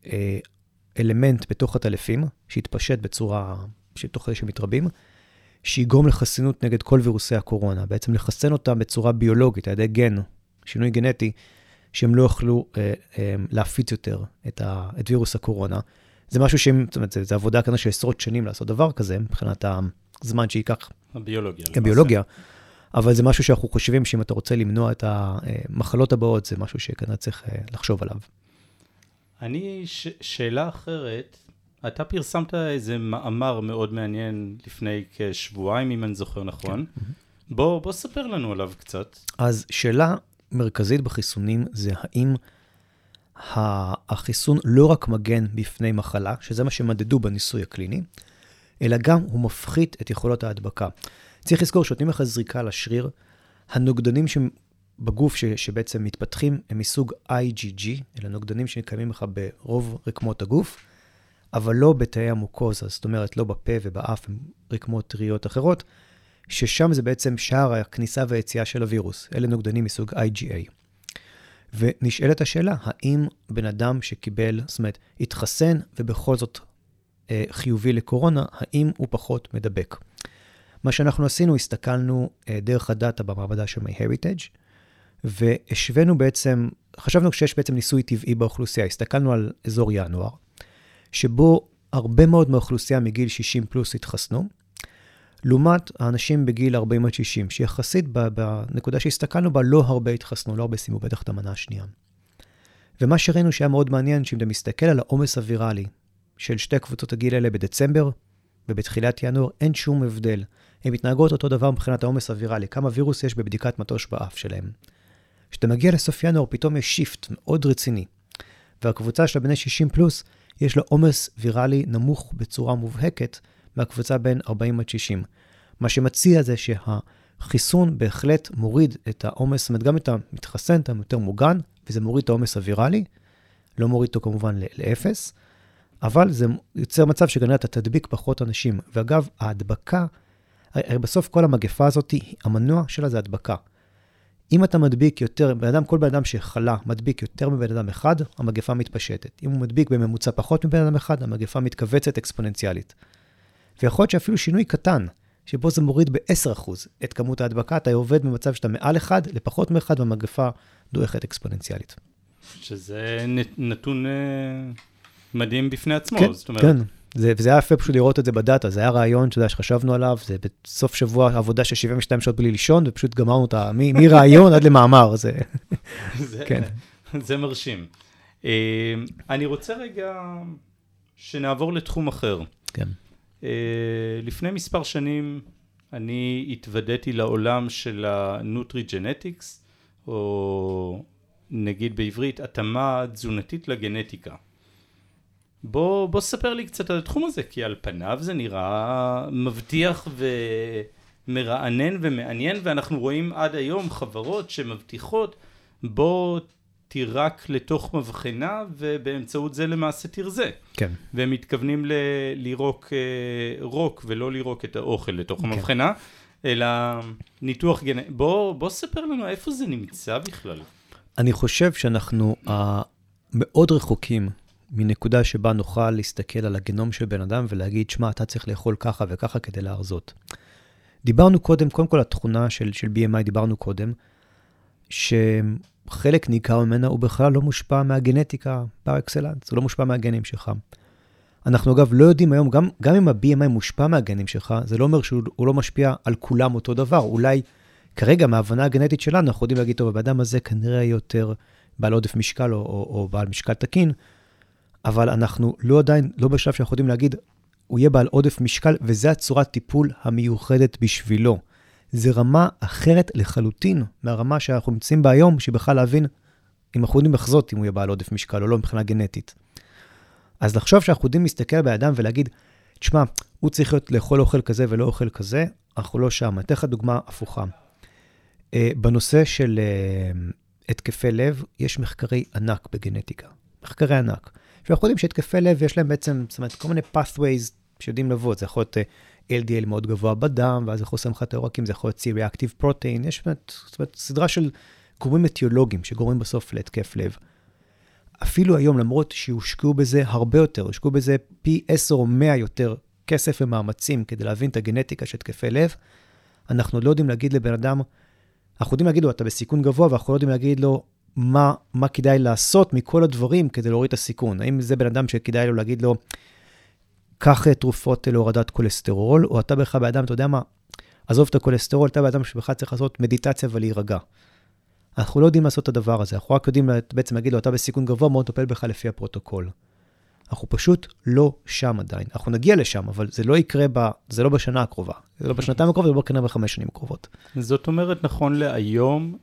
אלמנט בתוך הטלפים, שיתפשט בצורה, שתוך כדי שמתרבים, שיגרום לחסינות נגד כל וירוסי הקורונה, בעצם לחסן אותם בצורה ביולוגית, על ידי גן, שינוי גנטי, שהם לא יוכלו להפיץ יותר את וירוס הקורונה. זה משהו זאת אומרת, זה עבודה כאן של עשרות שנים לעשות דבר כזה, מבחינת הזמן שייקח. הביולוגיה. אבל זה משהו שאנחנו חושבים שאם אתה רוצה למנוע את המחלות הבאות, זה משהו שכנראה צריך לחשוב עליו. שאלה אחרת, אתה פרסמת איזה מאמר מאוד מעניין לפני כשבועיים, אם אני זוכר נכון. כן. בוא ספר לנו עליו קצת. אז שאלה מרכזית בחיסונים זה האם החיסון לא רק מגן בפני מחלה, שזה מה שמדדו בניסוי הקליני, אלא גם הוא מפחית את יכולות ההדבקה. צריך לזכור שנותנים לך זריקה לשריר, הנוגדנים בגוף שבעצם מתפתחים הם מסוג IgG, אלה נוגדנים שנקיימים לך ברוב רקמות הגוף, אבל לא בתאי המוקוזה, זאת אומרת לא בפה ובאף, הם רקמות טריות אחרות, ששם זה בעצם שער הכניסה והיציאה של הווירוס, אלה נוגדנים מסוג IgA. ונשאלת השאלה, האם בן אדם שקיבל, זאת אומרת, התחסן ובכל זאת חיובי לקורונה, האם הוא פחות מדבק? מה שאנחנו עשינו, הסתכלנו דרך הדאטה במעבדה של MyHeritage, והשווינו בעצם, חשבנו שיש בעצם ניסוי טבעי באוכלוסייה, הסתכלנו על אזור ינואר, שבו הרבה מאוד מהאוכלוסייה מגיל 60 פלוס התחסנו, לעומת האנשים בגיל 40 עד 60, שיחסית בנקודה שהסתכלנו בה לא הרבה התחסנו, לא הרבה שימו בטח את המנה השנייה. ומה שראינו שהיה מאוד מעניין, שאם אתה מסתכל על העומס הוויראלי של שתי קבוצות הגיל האלה בדצמבר, ובתחילת ינואר אין שום הבדל. הן מתנהגות אותו דבר מבחינת העומס הוויראלי, כמה וירוס יש בבדיקת מטוש באף שלהם. כשאתה מגיע לסוף ינואר, פתאום יש שיפט מאוד רציני. והקבוצה של בני 60 פלוס, יש לה עומס ויראלי נמוך בצורה מובהקת, מהקבוצה בין 40 עד 60. מה שמציע זה שהחיסון בהחלט מוריד את העומס, זאת אומרת, גם את המתחסן, אתה יותר מוגן, וזה מוריד את העומס הוויראלי, לא מוריד אותו כמובן לאפס, אבל זה יוצר מצב שכנראה אתה תדביק פחות אנשים. ואגב, ההדבקה, בסוף כל המגפה הזאת, המנוע שלה זה הדבקה. אם אתה מדביק יותר, כל בן אדם שחלה מדביק יותר מבן אדם אחד, המגפה מתפשטת. אם הוא מדביק בממוצע פחות מבן אדם אחד, המגפה מתכווצת אקספוננציאלית. ויכול להיות שאפילו שינוי קטן, שבו זה מוריד ב-10% את כמות ההדבקה, אתה עובד במצב שאתה מעל אחד, לפחות מאחד, והמגפה דועכת אקספוננציאלית. שזה נתון מדהים בפני עצמו. כן, זאת אומרת... כן. וזה היה יפה פשוט לראות את זה בדאטה, זה היה רעיון שחשבנו עליו, זה בסוף שבוע עבודה של 72 שעות בלי לישון, ופשוט גמרנו אותה מרעיון עד למאמר. זה מרשים. אני רוצה רגע שנעבור לתחום אחר. כן. לפני מספר שנים אני התוודעתי לעולם של הנוטרי-ג'נטיקס, או נגיד בעברית, התאמה תזונתית לגנטיקה. בוא ספר לי קצת על התחום הזה, כי על פניו זה נראה מבטיח ומרענן ומעניין, ואנחנו רואים עד היום חברות שמבטיחות, בוא תירק לתוך מבחנה, ובאמצעות זה למעשה תרזה. כן. והם מתכוונים לירוק רוק, ולא לירוק את האוכל לתוך המבחנה, אלא ניתוח גנטי. בוא ספר לנו איפה זה נמצא בכלל. אני חושב שאנחנו מאוד רחוקים, מנקודה שבה נוכל להסתכל על הגנום של בן אדם ולהגיד, שמה, אתה צריך לאכול ככה וככה כדי להרזות. דיברנו קודם, קודם כל התכונה של BMI, דיברנו קודם, שחלק ניכר ממנה הוא בכלל לא מושפע מהגנטיקה פר אקסלנס, הוא לא מושפע מהגנים שלך. אנחנו אגב לא יודעים היום, גם אם ה-BMI מושפע מהגנים שלך, זה לא אומר שהוא לא משפיע על כולם אותו דבר. אולי כרגע מההבנה הגנטית שלנו, אנחנו יודעים להגיד, טוב, באדם הזה כנראה יותר בעל עודף משקל או בעל משקל תקין, אבל אנחנו עדיין לא בשלב שאנחנו יודעים להגיד, הוא יהיה בעל עודף משקל, וזה הצורת טיפול המיוחדת בשבילו. זה רמה אחרת לחלוטין מהרמה שאנחנו נמצאים בה היום, שבכלל להבין אם אנחנו יודעים לחזות אם הוא יהיה בעל עודף משקל או לא מבחינה גנטית. אז לחשוב שאנחנו יודעים להסתכל באדם ולהגיד, תשמע, הוא צריך לאכול אוכל כזה ולא אוכל כזה, אנחנו לא שם. אתן לך דוגמה הפוכה. בנושא של התקפי לב, יש מחקרי ענק בגנטיקה. מחקרי ענק. ואנחנו יודעים שהתקפי לב יש להם בעצם, זאת אומרת, כל מיני pathways שיודעים לבוא. זה יכול להיות LDL מאוד גבוה בדם, ואז זה יכול להיות חטא עורקים, זה יכול להיות C-reactive protein. יש זאת אומרת, סדרה של גורמים אטיולוגיים שגורמים בסוף להתקף לב. אפילו היום, למרות שהושקעו בזה הרבה יותר, הושקעו בזה פי 10 או 100 יותר כסף ומאמצים כדי להבין את הגנטיקה של התקפי לב, אנחנו לא יודעים להגיד לבן אדם, אנחנו יודעים להגיד לו, אתה בסיכון גבוה, ואנחנו לא יודעים להגיד לו, מה כדאי לעשות מכל הדברים כדי להוריד את הסיכון. האם זה בן אדם שכדאי לו להגיד לו, קח תרופות להורדת כולסטרול, או אתה בכלל באדם, אתה יודע מה, עזוב את הכולסטרול, אתה באדם שבכלל צריך לעשות מדיטציה ולהירגע. אנחנו לא יודעים לעשות את הדבר הזה, אנחנו רק יודעים בעצם להגיד לו, אתה בסיכון גבוה, מאוד טופל בך לפי הפרוטוקול. אנחנו פשוט לא שם עדיין. אנחנו נגיע לשם, אבל זה לא יקרה זה לא בשנה הקרובה. זה לא בשנתיים הקרובה, זה לא כנראה ב5 שנים הקרובות. זאת אומרת, נכון להיום,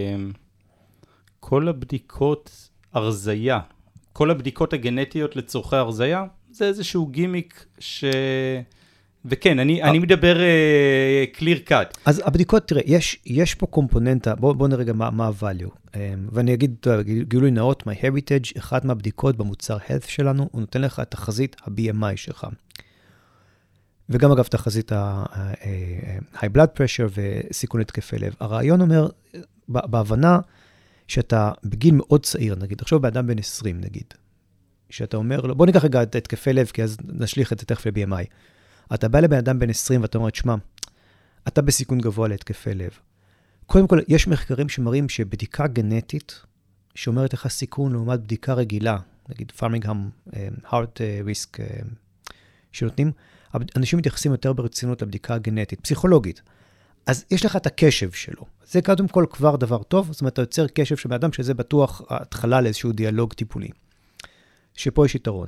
כל הבדיקות הרזיה, כל הבדיקות הגנטיות לצורכי הרזיה, זה איזשהו גימיק וכן, אני מדבר clear cut. אז הבדיקות, תראה, יש פה קומפוננטה, בוא נראה רגע מה ה-value. ואני אגיד, גילוי נאות, MyHeritage, אחת מהבדיקות במוצר health שלנו, הוא נותן לך תחזית ה-BMI שלך. וגם אגב תחזית ה-high blood pressure וסיכון התקפי לב. הרעיון אומר, בהבנה שאתה בגיל מאוד צעיר, נגיד, עכשיו באדם בן 20, נגיד, שאתה אומר לו, בוא ניקח רגע את התקפי לב, כי אז נשליך את זה תכף ל-BMI. אתה בא לבן אדם בן 20 ואתה אומר, שמה, אתה בסיכון גבוה להתקפי לב. קודם כל, יש מחקרים שמראים שבדיקה גנטית, שאומרת לך סיכון לעומת בדיקה רגילה, נגיד פארמינגהאם, heart risk, שנותנים, אנשים מתייחסים יותר ברצינות לבדיקה הגנטית, פסיכולוגית. אז יש לך את הקשב שלו. זה קודם כל כבר דבר טוב, זאת אומרת, אתה יוצר קשב של אדם שזה בטוח התחלה לאיזשהו דיאלוג טיפולי. שפה יש יתרון.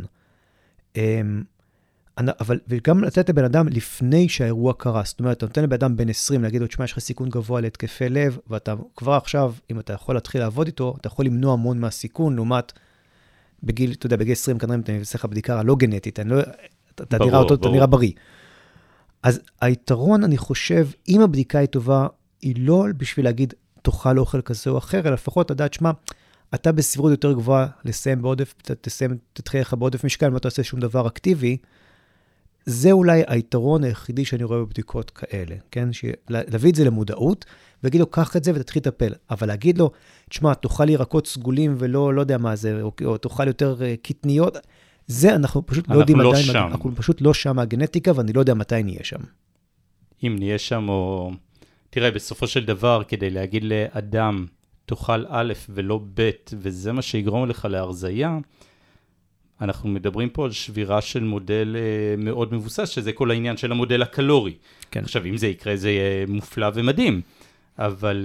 אבל וגם לתת לבן אדם לפני שהאירוע קרה, זאת אומרת, אתה נותן לבן אדם בן 20, להגיד לו, תשמע, יש לך סיכון גבוה להתקפי לב, ואתה כבר עכשיו, אם אתה יכול להתחיל לעבוד איתו, אתה יכול למנוע המון מהסיכון, לעומת בגיל, אתה יודע, בגיל 20, כנראה אם אתה עושה לך בדיקה לא גנטית, אתה נראה בריא. אז היתרון, אני חושב, אם הבדיקה היא טובה, היא לא בשביל להגיד, תאכל אוכל כזה או אחר, אלא לפחות לדעת, שמה, אתה בסבירות יותר גבוהה לסיים בעודף, תתחיל לך בעודף משקל, אם אתה עושה שום דבר אקטיבי, זה אולי היתרון היחידי שאני רואה בבדיקות כאלה, כן? להביא את זה למודעות, ולהגיד לו, קח את זה ותתחיל לטפל. אבל להגיד לו, תשמע, תאכל ירקות סגולים ולא יודע מה זה, או תאכל יותר קטניות, זה אנחנו פשוט לא יודעים עדיין. אנחנו פשוט לא שם מהגנטיקה, ואני לא יודע מתי נהיה שם. אם נהיה שם, או... תראה, בסופו של דבר, כדי להגיד לאדם, תאכל א' ולא ב', וזה מה שיגרום לך להרזייה, אנחנו מדברים פה על שבירה של מודל מאוד מבוסס, שזה כל העניין של המודל הקלורי. כן. עכשיו, אם זה יקרה, זה יהיה מופלא ומדהים, אבל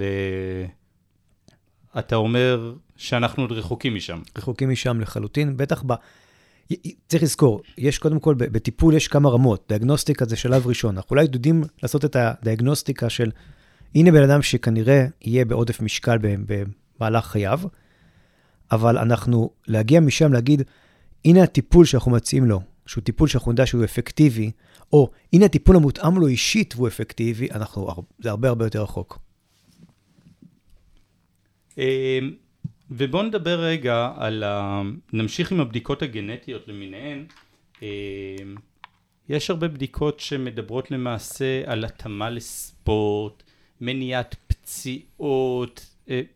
אתה אומר שאנחנו עוד רחוקים משם. רחוקים משם לחלוטין, בטח צריך לזכור, יש קודם כל, בטיפול יש כמה רמות, דיאגנוסטיקה זה שלב ראשון, אנחנו אולי יודעים לעשות את הדיאגנוסטיקה של, הנה בן אדם שכנראה יהיה בעודף משקל במהלך חייו, אבל אנחנו להגיע משם להגיד, הנה הטיפול שאנחנו מציעים לו, שהוא טיפול שאנחנו נדע שהוא אפקטיבי, או הנה הטיפול המותאם לו אישית והוא אפקטיבי, זה הרבה הרבה יותר רחוק. ובואו נדבר רגע נמשיך עם הבדיקות הגנטיות למיניהן. יש הרבה בדיקות שמדברות למעשה על התאמה לספורט, מניעת פציעות.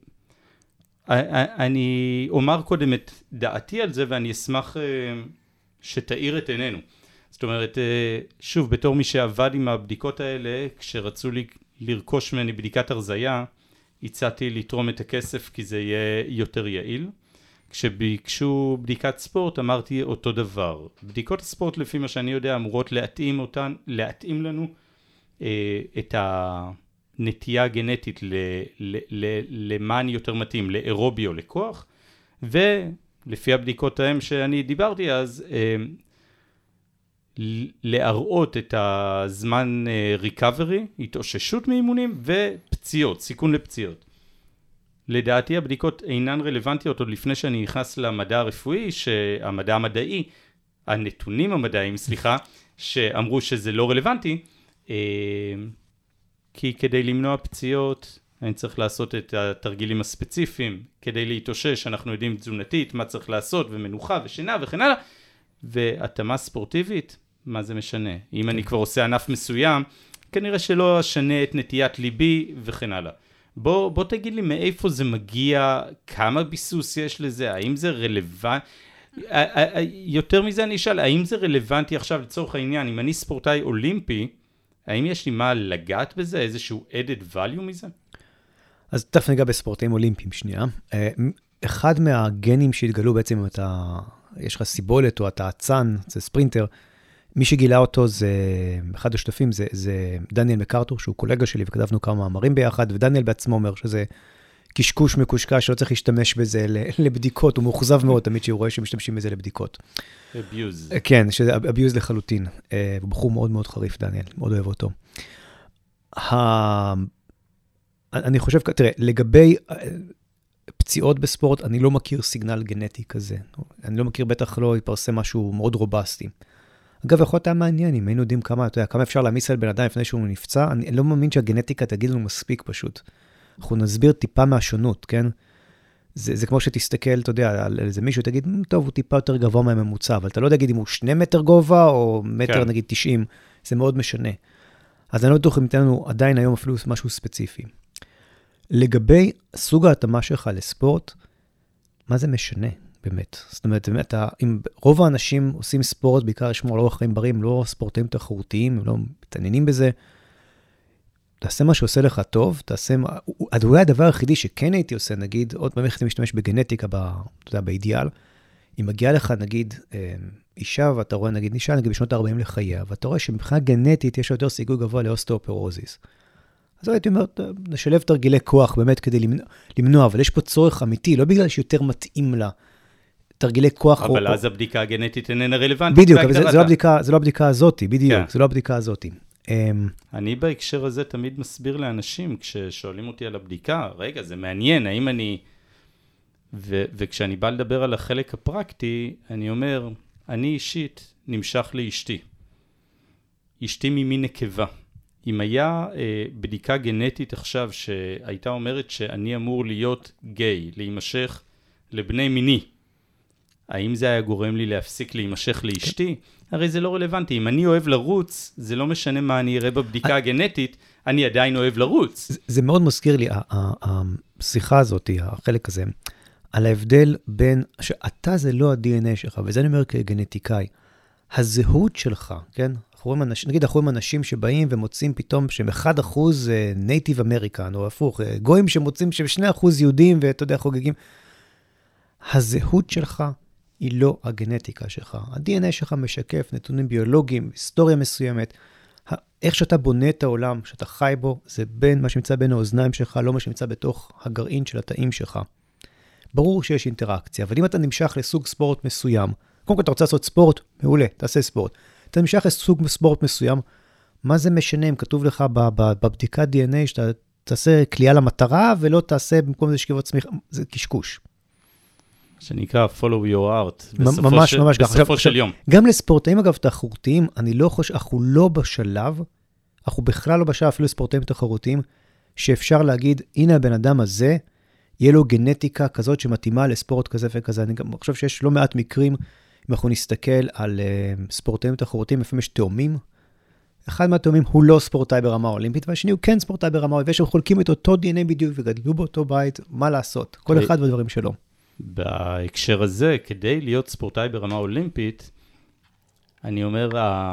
אני אומר קודם את דעתי על זה, ואני אשמח שתאיר את עינינו. זאת אומרת, שוב, בתור מי שעבד עם הבדיקות האלה, כשרצו לרכוש ממני בדיקת הרזייה, הצעתי לתרום את הכסף כי זה יהיה יותר יעיל. כשביקשו בדיקת ספורט, אמרתי אותו דבר. בדיקות הספורט, לפי מה שאני יודע, אמורות להתאים לנו את הנטייה הגנטית למה אני יותר מתאים, לאירובי או לכוח, ולפי הבדיקות ההם שאני דיברתי אז, להראות את הזמן recovery, התאוששות מאימונים ופציעות, סיכון לפציעות. לדעתי הבדיקות אינן רלוונטיות עוד לפני שאני נכנס למדע הרפואי, שהמדע המדעי, הנתונים המדעיים, שאמרו שזה לא רלוונטי, כי כדי למנוע פציעות אני צריך לעשות את התרגילים הספציפיים, כדי להתאושש, אנחנו יודעים תזונתית, מה צריך לעשות, ומנוחה ושינה וכן הלאה, והתאמה ספורטיבית, מה זה משנה? אם אני כבר עושה ענף מסוים, כנראה שלא אשנה את נטיית ליבי וכן הלאה. בוא תגיד לי מאיפה זה מגיע, כמה ביסוס יש לזה, האם זה רלוונטי, יותר מזה אני אשאל, האם זה רלוונטי עכשיו לצורך העניין, אם אני ספורטאי אולימפי, האם יש לי מה לגעת בזה, איזשהו added value מזה? אז תכף ניגע בספורטאים אולימפיים שנייה. אחד מהגנים שהתגלו בעצם, יש לך סיבולת או אתה עצן, זה ספרינטר, מי שגילה אותו זה, אחד השותפים זה דניאל מקארתור, שהוא קולגה שלי וכתבנו כמה מאמרים ביחד, ודניאל בעצמו אומר שזה קשקוש מקושקש, שלא צריך להשתמש בזה לבדיקות, הוא מאוכזב מאוד תמיד שהוא רואה שמשתמשים בזה לבדיקות. אביוז. כן, שזה אביוז לחלוטין. הוא בחור מאוד מאוד חריף, דניאל, מאוד אוהב אותו. אני חושב, תראה, לגבי פציעות בספורט, אני לא מכיר סיגנל גנטי כזה. אני לא מכיר, בטח לא יפרסם משהו מאוד רובסטי. אגב, יכול להיות מעניין, אם היינו יודעים כמה אפשר להעמיס על בן אדם לפני שהוא נפצע, אני לא מאמין שהגנטיקה תגיד לנו מספיק פשוט. אנחנו נסביר טיפה מהשונות, כן? זה כמו שתסתכל, אתה יודע, על איזה מישהו, תגיד, טוב, הוא טיפה יותר גבוה מהממוצע, אבל אתה לא תגיד אם הוא 2 מטר גובה, או מטר, נגיד 90, זה מאוד משנה. אז אני לא בטוח אם ניתן לנו עדיין היום אפילו משהו ספציפי. לגבי סוג ההתאמה שלך לספורט, מה זה משנה, באמת? זאת אומרת, אם רוב האנשים עושים ספורט, בעיקר לשמור על אורח חיים בריא, לא ספורטאים תחרותיים, הם לא מתעניינים בזה, תעשה מה שעושה לך טוב, אולי הדבר היחידי שכן הייתי עושה, נגיד, עוד פעם איך משתמש בגנטיקה, אתה יודע, באידיאל, אם מגיעה לך, נגיד, אישה, ואתה רואה, נגיד, אישה, נגיד, בשנות ה-40 לחייה, ואתה רואה שמבחינה גנטית יש יותר סיכוי גבוה לאוסטאופורוזיס. אז הייתי אומר, נשלב תרגילי כוח באמת כדי למנוע, אבל יש פה צורך אמיתי, לא בגלל שיותר מתאים לה תרגילי כוח. אבל אז הבדיקה הגנטית איננה רלוונטית. בדיוק, אבל זה לא הבדיקה הזאת, בדיוק, זה לא הבדיקה הזאת. אני בהקשר הזה תמיד מסביר לאנשים, כששואלים אותי על הבדיקה, רגע, זה מעניין, האם אני, וכשאני בא לדבר על החלק הפרקטי, אני אומר, אני אישית נמשך לאשתי. אשתי ממין נקבה. אם היה בדיקה גנטית עכשיו שהייתה אומרת שאני אמור להיות גיי, להימשך לבני מיני, האם זה היה גורם לי להפסיק להימשך לאשתי? הרי זה לא רלוונטי. אם אני אוהב לרוץ, זה לא משנה מה אני אראה בבדיקה הגנטית, אני עדיין אוהב לרוץ. זה מאוד מזכיר לי, השיחה הזאת, החלק הזה, על ההבדל בין, שאתה זה לא ה-DNA שלך, וזה אני אומר כגנטיקאי, הזהות שלך, כן? נגיד אנחנו רואים אנשים שבאים ומוצאים פתאום שהם 1% נייטיב אמריקן, או הפוך, גויים שמוצאים שהם 2% יהודים, ואתה יודע, חוגגים. הזהות שלך היא לא הגנטיקה שלך. ה-DNA שלך משקף נתונים ביולוגיים, היסטוריה מסוימת. איך שאתה בונה את העולם, שאתה חי בו, זה בין מה שנמצא בין האוזניים שלך, לא מה שנמצא בתוך הגרעין של התאים שלך. ברור שיש אינטראקציה, אבל אם אתה נמשך לסוג ספורט מסוים, קודם כל אתה רוצה לעשות ספורט, מעולה, תעשה ספורט. אתה נמשך לסוג ספורט מסוים, מה זה משנה אם כתוב לך בבדיקת DNA שאתה תעשה קליעה למטרה, ולא תעשה במקום זה שכיבות צמיחה, זה קשקוש. שנקרא follow your heart, בסופו של יום. גם לספורטאים אגב תחרותיים, אני לא חושב, אנחנו לא בשלב, אנחנו בכלל לא בשלב אפילו לספורטאים תחרותיים, שאפשר להגיד, הנה הבן אדם הזה, יהיה לו גנטיקה כזאת שמתאימה לספורט כזה וכזה. אני גם חושב שיש לא מעט מקרים, אם אנחנו נסתכל על ספורטאים תחרותיים, לפעמים יש תאומים. אחד מהתאומים הוא לא ספורטאי ברמה אולימפית, והשני הוא כן ספורטאי ברמה אולימפית, ושהם חולקים את אותו DNA בדיוק וגדלו באותו בית, מה לעשות? כל אחד והדברים שלו. בהקשר הזה, כדי להיות ספורטאי ברמה אולימפית, אני אומר,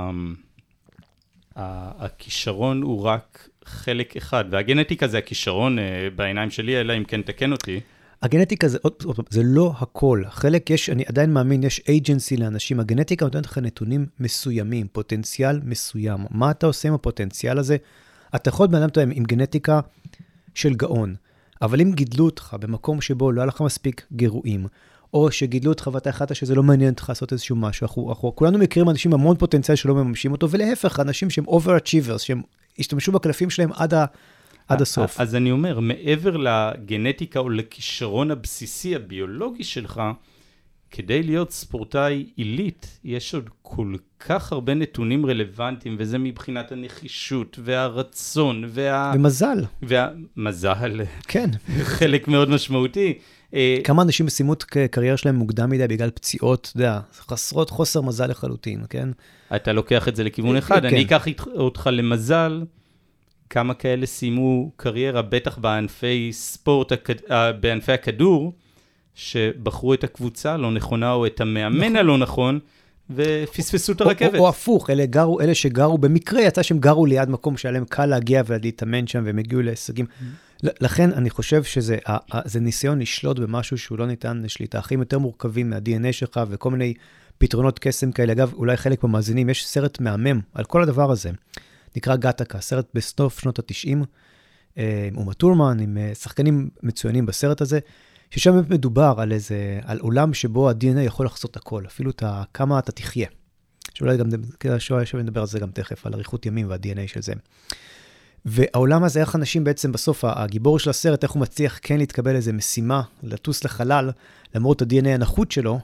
הכישרון הוא רק חלק אחד, והגנטיקה זה הכישרון בעיניים שלי, אלא אם כן תקן אותי. הגנטיקה זה לא הכל. חלק יש, אני עדיין מאמין, יש agency לאנשים. הגנטיקה נותנת לך נתונים מסוימים, פוטנציאל מסוים. מה אתה עושה עם הפוטנציאל הזה? אתה יכול בן אדם עם גנטיקה של גאון, אבל אם גידלו אותך במקום שבו לא היה לך מספיק גירויים, או שגידלו אותך ואתה החלטת שזה לא מעניין אותך לעשות איזשהו משהו, אנחנו כולנו מכירים אנשים המון פוטנציאל שלא מממשים אותו, ולהפך, אנשים שהם overachievers, שהם השתמשו בקלפים שלהם עד הסוף. אז אני אומר, מעבר לגנטיקה או לכישרון הבסיסי הביולוגי שלך, כדי להיות ספורטאי עילית, יש עוד כל כך הרבה נתונים רלוונטיים, וזה מבחינת הנחישות והרצון ומזל. והמזל. כן. חלק מאוד משמעותי. כמה אנשים סיימו את הקריירה שלהם מוקדם מדי בגלל פציעות, אתה יודע, חסרות חוסר מזל לחלוטין, כן? אתה לוקח את זה לכיוון אחד, אני אקח אותך למזל, כמה כאלה סיימו קריירה, בטח בענפי ספורט, בענפי הכדור, שבחרו את הקבוצה לא נכונה, או את המאמן הלא נכון, ופספסו את הרכבת. או הפוך, אלה שגרו במקרה, יצא שהם גרו ליד מקום שהיה להם קל להגיע ולהתאמן שם, והם הגיעו להישגים. לכן אני חושב שזה ניסיון לשלוט במשהו שהוא לא ניתן לשליטה. החיים יותר מורכבים מה-DNA שלך, וכל מיני פתרונות קסם כאלה. אגב, אולי חלק במאזינים, יש סרט מהמם על כל הדבר הזה. נקרא גטקה, סרט בסוף שנות ה-90, עם אומה טורמן, עם שחקנים מצוינים בסרט הזה, ששם מדובר על עולם שבו ה-DNA יכול לחזות הכל, אפילו כמה אתה תחיה. שאולי גם, שווה נדבר על זה גם תכף, על אריכות ימים וה-DNA של זה. והעולם הזה, איך אנשים בעצם בסוף, הגיבור של הסרט, איך הוא מצליח כן להתקבל איזו משימה, לטוס לחלל, למרות ה-DNA הנחות שלו,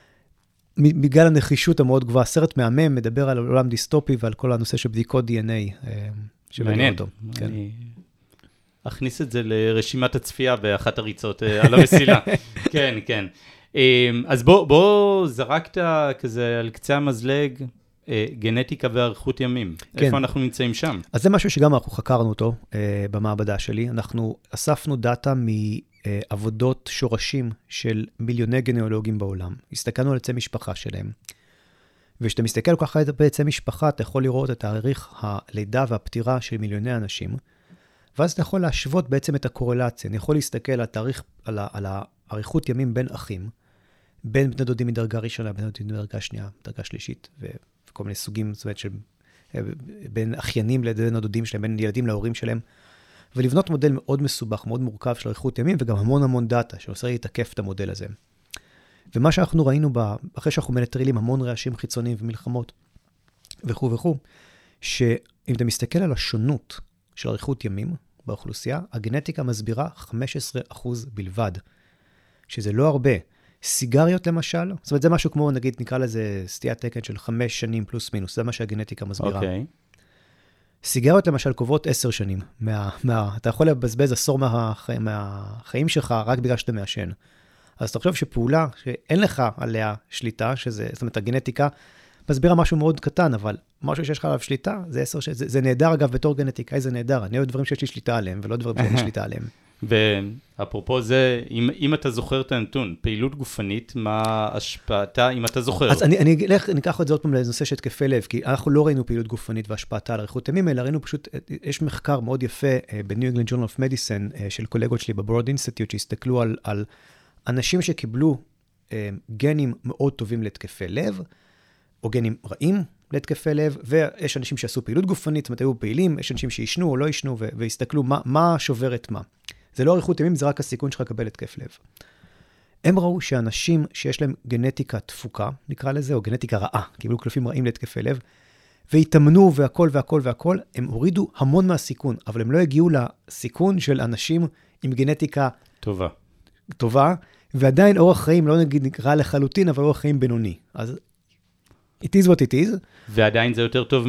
בגלל הנחישות המאוד גבוהה. הסרט מהמם מדבר על עולם דיסטופי ועל כל הנושא של בדיקות DNA. מעניין. אני אכניס את זה לרשימת הצפייה באחת הריצות על המסילה. כן, כן. אז בוא זרקת כזה על קצה המזלג, גנטיקה ואריכות ימים. איפה אנחנו נמצאים שם? אז זה משהו שגם אנחנו חקרנו אותו במעבדה שלי. אנחנו אספנו דאטה מעבודות שורשים של מיליוני גנאולוגים בעולם. הסתכלנו על עצי משפחה שלהם. וכשאתה מסתכל על כך על עצי משפחה, אתה יכול לראות את תאריך הלידה והפטירה של מיליוני אנשים, ואז אתה יכול להשוות בעצם את הקורלציה. אני יכול להסתכל על האריכות ימים בין אחים, בין בני דודים מדרגה ראשונה, בין דודים מדרגה שנייה, דרגה שלישית, וכל מיני סוגים, זאת אומרת, בין אחיינים לבן הדודים שלהם, בין ילדים להורים שלהם, ולבנות מודל מאוד מסובך, מאוד מורכב של אריכות ימים, וגם המון דאטה, שעושה להתעקף את המודל הזה. ומה שאנחנו ראינו, אחרי שאנחנו מנטרלים המון רעשים חיצוניים ומלחמות, וכו', שאם אתה מסתכל על השונות של אריכות ימים באוכלוסייה, הגנטיקה מסבירה 15% בלבד, שזה לא הרבה. סיגריות למשל, זאת אומרת, זה משהו כמו, נגיד, נקרא לזה סטיית תקן של 5 שנים פלוס מינוס, זה מה שהגנטיקה מסבירה. אוקיי. סיגריות למשל קובעות 10 שנים. אתה יכול לבזבז עשור מהחיים שלך רק בגלל שאתה מעשן. אז אתה חושב שפעולה שאין לך עליה שליטה, זאת אומרת, הגנטיקה, מסבירה משהו מאוד קטן, אבל משהו שיש לך עליו שליטה, זה נהדר, אגב, בתור גנטיקאי זה נהדר. אני אוהב דברים שיש לי שליטה עליהם, ולא דברים שאין לי שליטה עליהם. ואפרופו זה, אם אתה זוכר את הנתון, פעילות גופנית, מה השפעתה, אם אתה זוכר? אז אני אקח את זה עוד פעם לנושא של התקפי לב, כי אנחנו לא ראינו פעילות גופנית והשפעתה על אריכות ימים, אלא ראינו פשוט, יש מחקר מאוד יפה ב-New England Journal of Medicine של קולגות שלי ב-Broad Institute, שהסתכלו על אנשים שקיבלו גנים מאוד טובים להתקפי לב, או גנים רעים להתקפי לב, ויש אנשים שעשו פעילות גופנית, זאת אומרת, היו פעילים, יש אנשים שישנו או לא ישנו, והסתכלו מה שובר את מה. זה לא אריכות ימים, זה רק הסיכון שלך לקבל התקף לב. הם ראו שאנשים שיש להם גנטיקה תפוקה, נקרא לזה, או גנטיקה רעה, קיבלו קלפים רעים להתקפי לב, והתאמנו והכל, הם הורידו המון מהסיכון, אבל הם לא הגיעו לסיכון של אנשים עם גנטיקה טובה, ועדיין אורח חיים, לא נקרא לחלוטין, אבל אורח חיים בינוני. אז it is what it is. ועדיין זה יותר טוב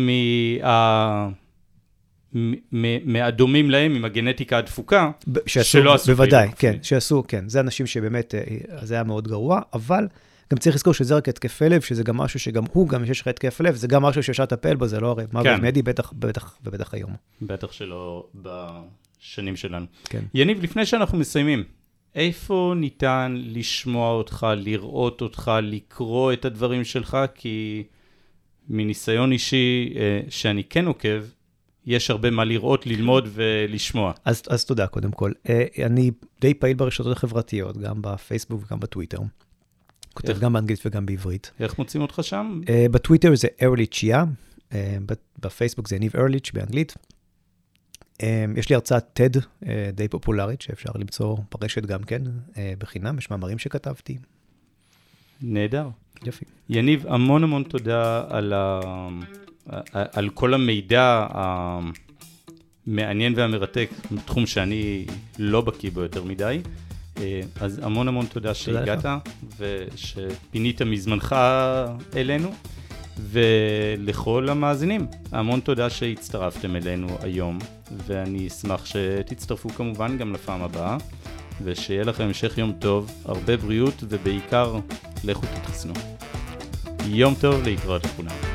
מהדומים להם, עם הגנטיקה הדפוקה, שלא עשו. בוודאי, כן, שעשו, כן. זה אנשים שבאמת, זה היה מאוד גרוע, אבל גם צריך לזכור שזה רק התקפי לב, שזה גם משהו שגם הוא, גם יש לך התקף לב, זה גם משהו שאפשר לטפל בו, זה לא הרי מוות מדי, בטח היום. בטח שלא בשנים שלנו. כן. יניב, לפני שאנחנו מסיימים, איפה ניתן לשמוע אותך, לראות אותך, לקרוא את הדברים שלך? כי מניסיון אישי שאני כן עוקב, יש הרבה מה לראות, ללמוד ולשמוע. אז תודה קודם כל. אני די פעיל ברשתות החברתיות, גם בפייסבוק וגם בטוויטר. כותב גם באנגלית וגם בעברית. איך מוצאים אותך שם? בטוויטר זה ארליצ'יה, בפייסבוק זה ניב ארליץ' באנגלית. יש לי הרצאת TED די פופולרית, שאפשר למצוא ברשת גם כן, בחינם, יש מאמרים שכתבתי. נהדר. יפי. יניב, המון תודה על כל המידע המעניין והמרתק, בתחום שאני לא בקיא בו יותר מדי. אז המון תודה שהגעת, ושפינית מזמנך אלינו. ולכל המאזינים, המון תודה שהצטרפתם אלינו היום, ואני אשמח שתצטרפו כמובן גם לפעם הבאה, ושיהיה לכם המשך יום טוב, הרבה בריאות, ובעיקר לכו תתחסנו. יום טוב, להתראות לכולם.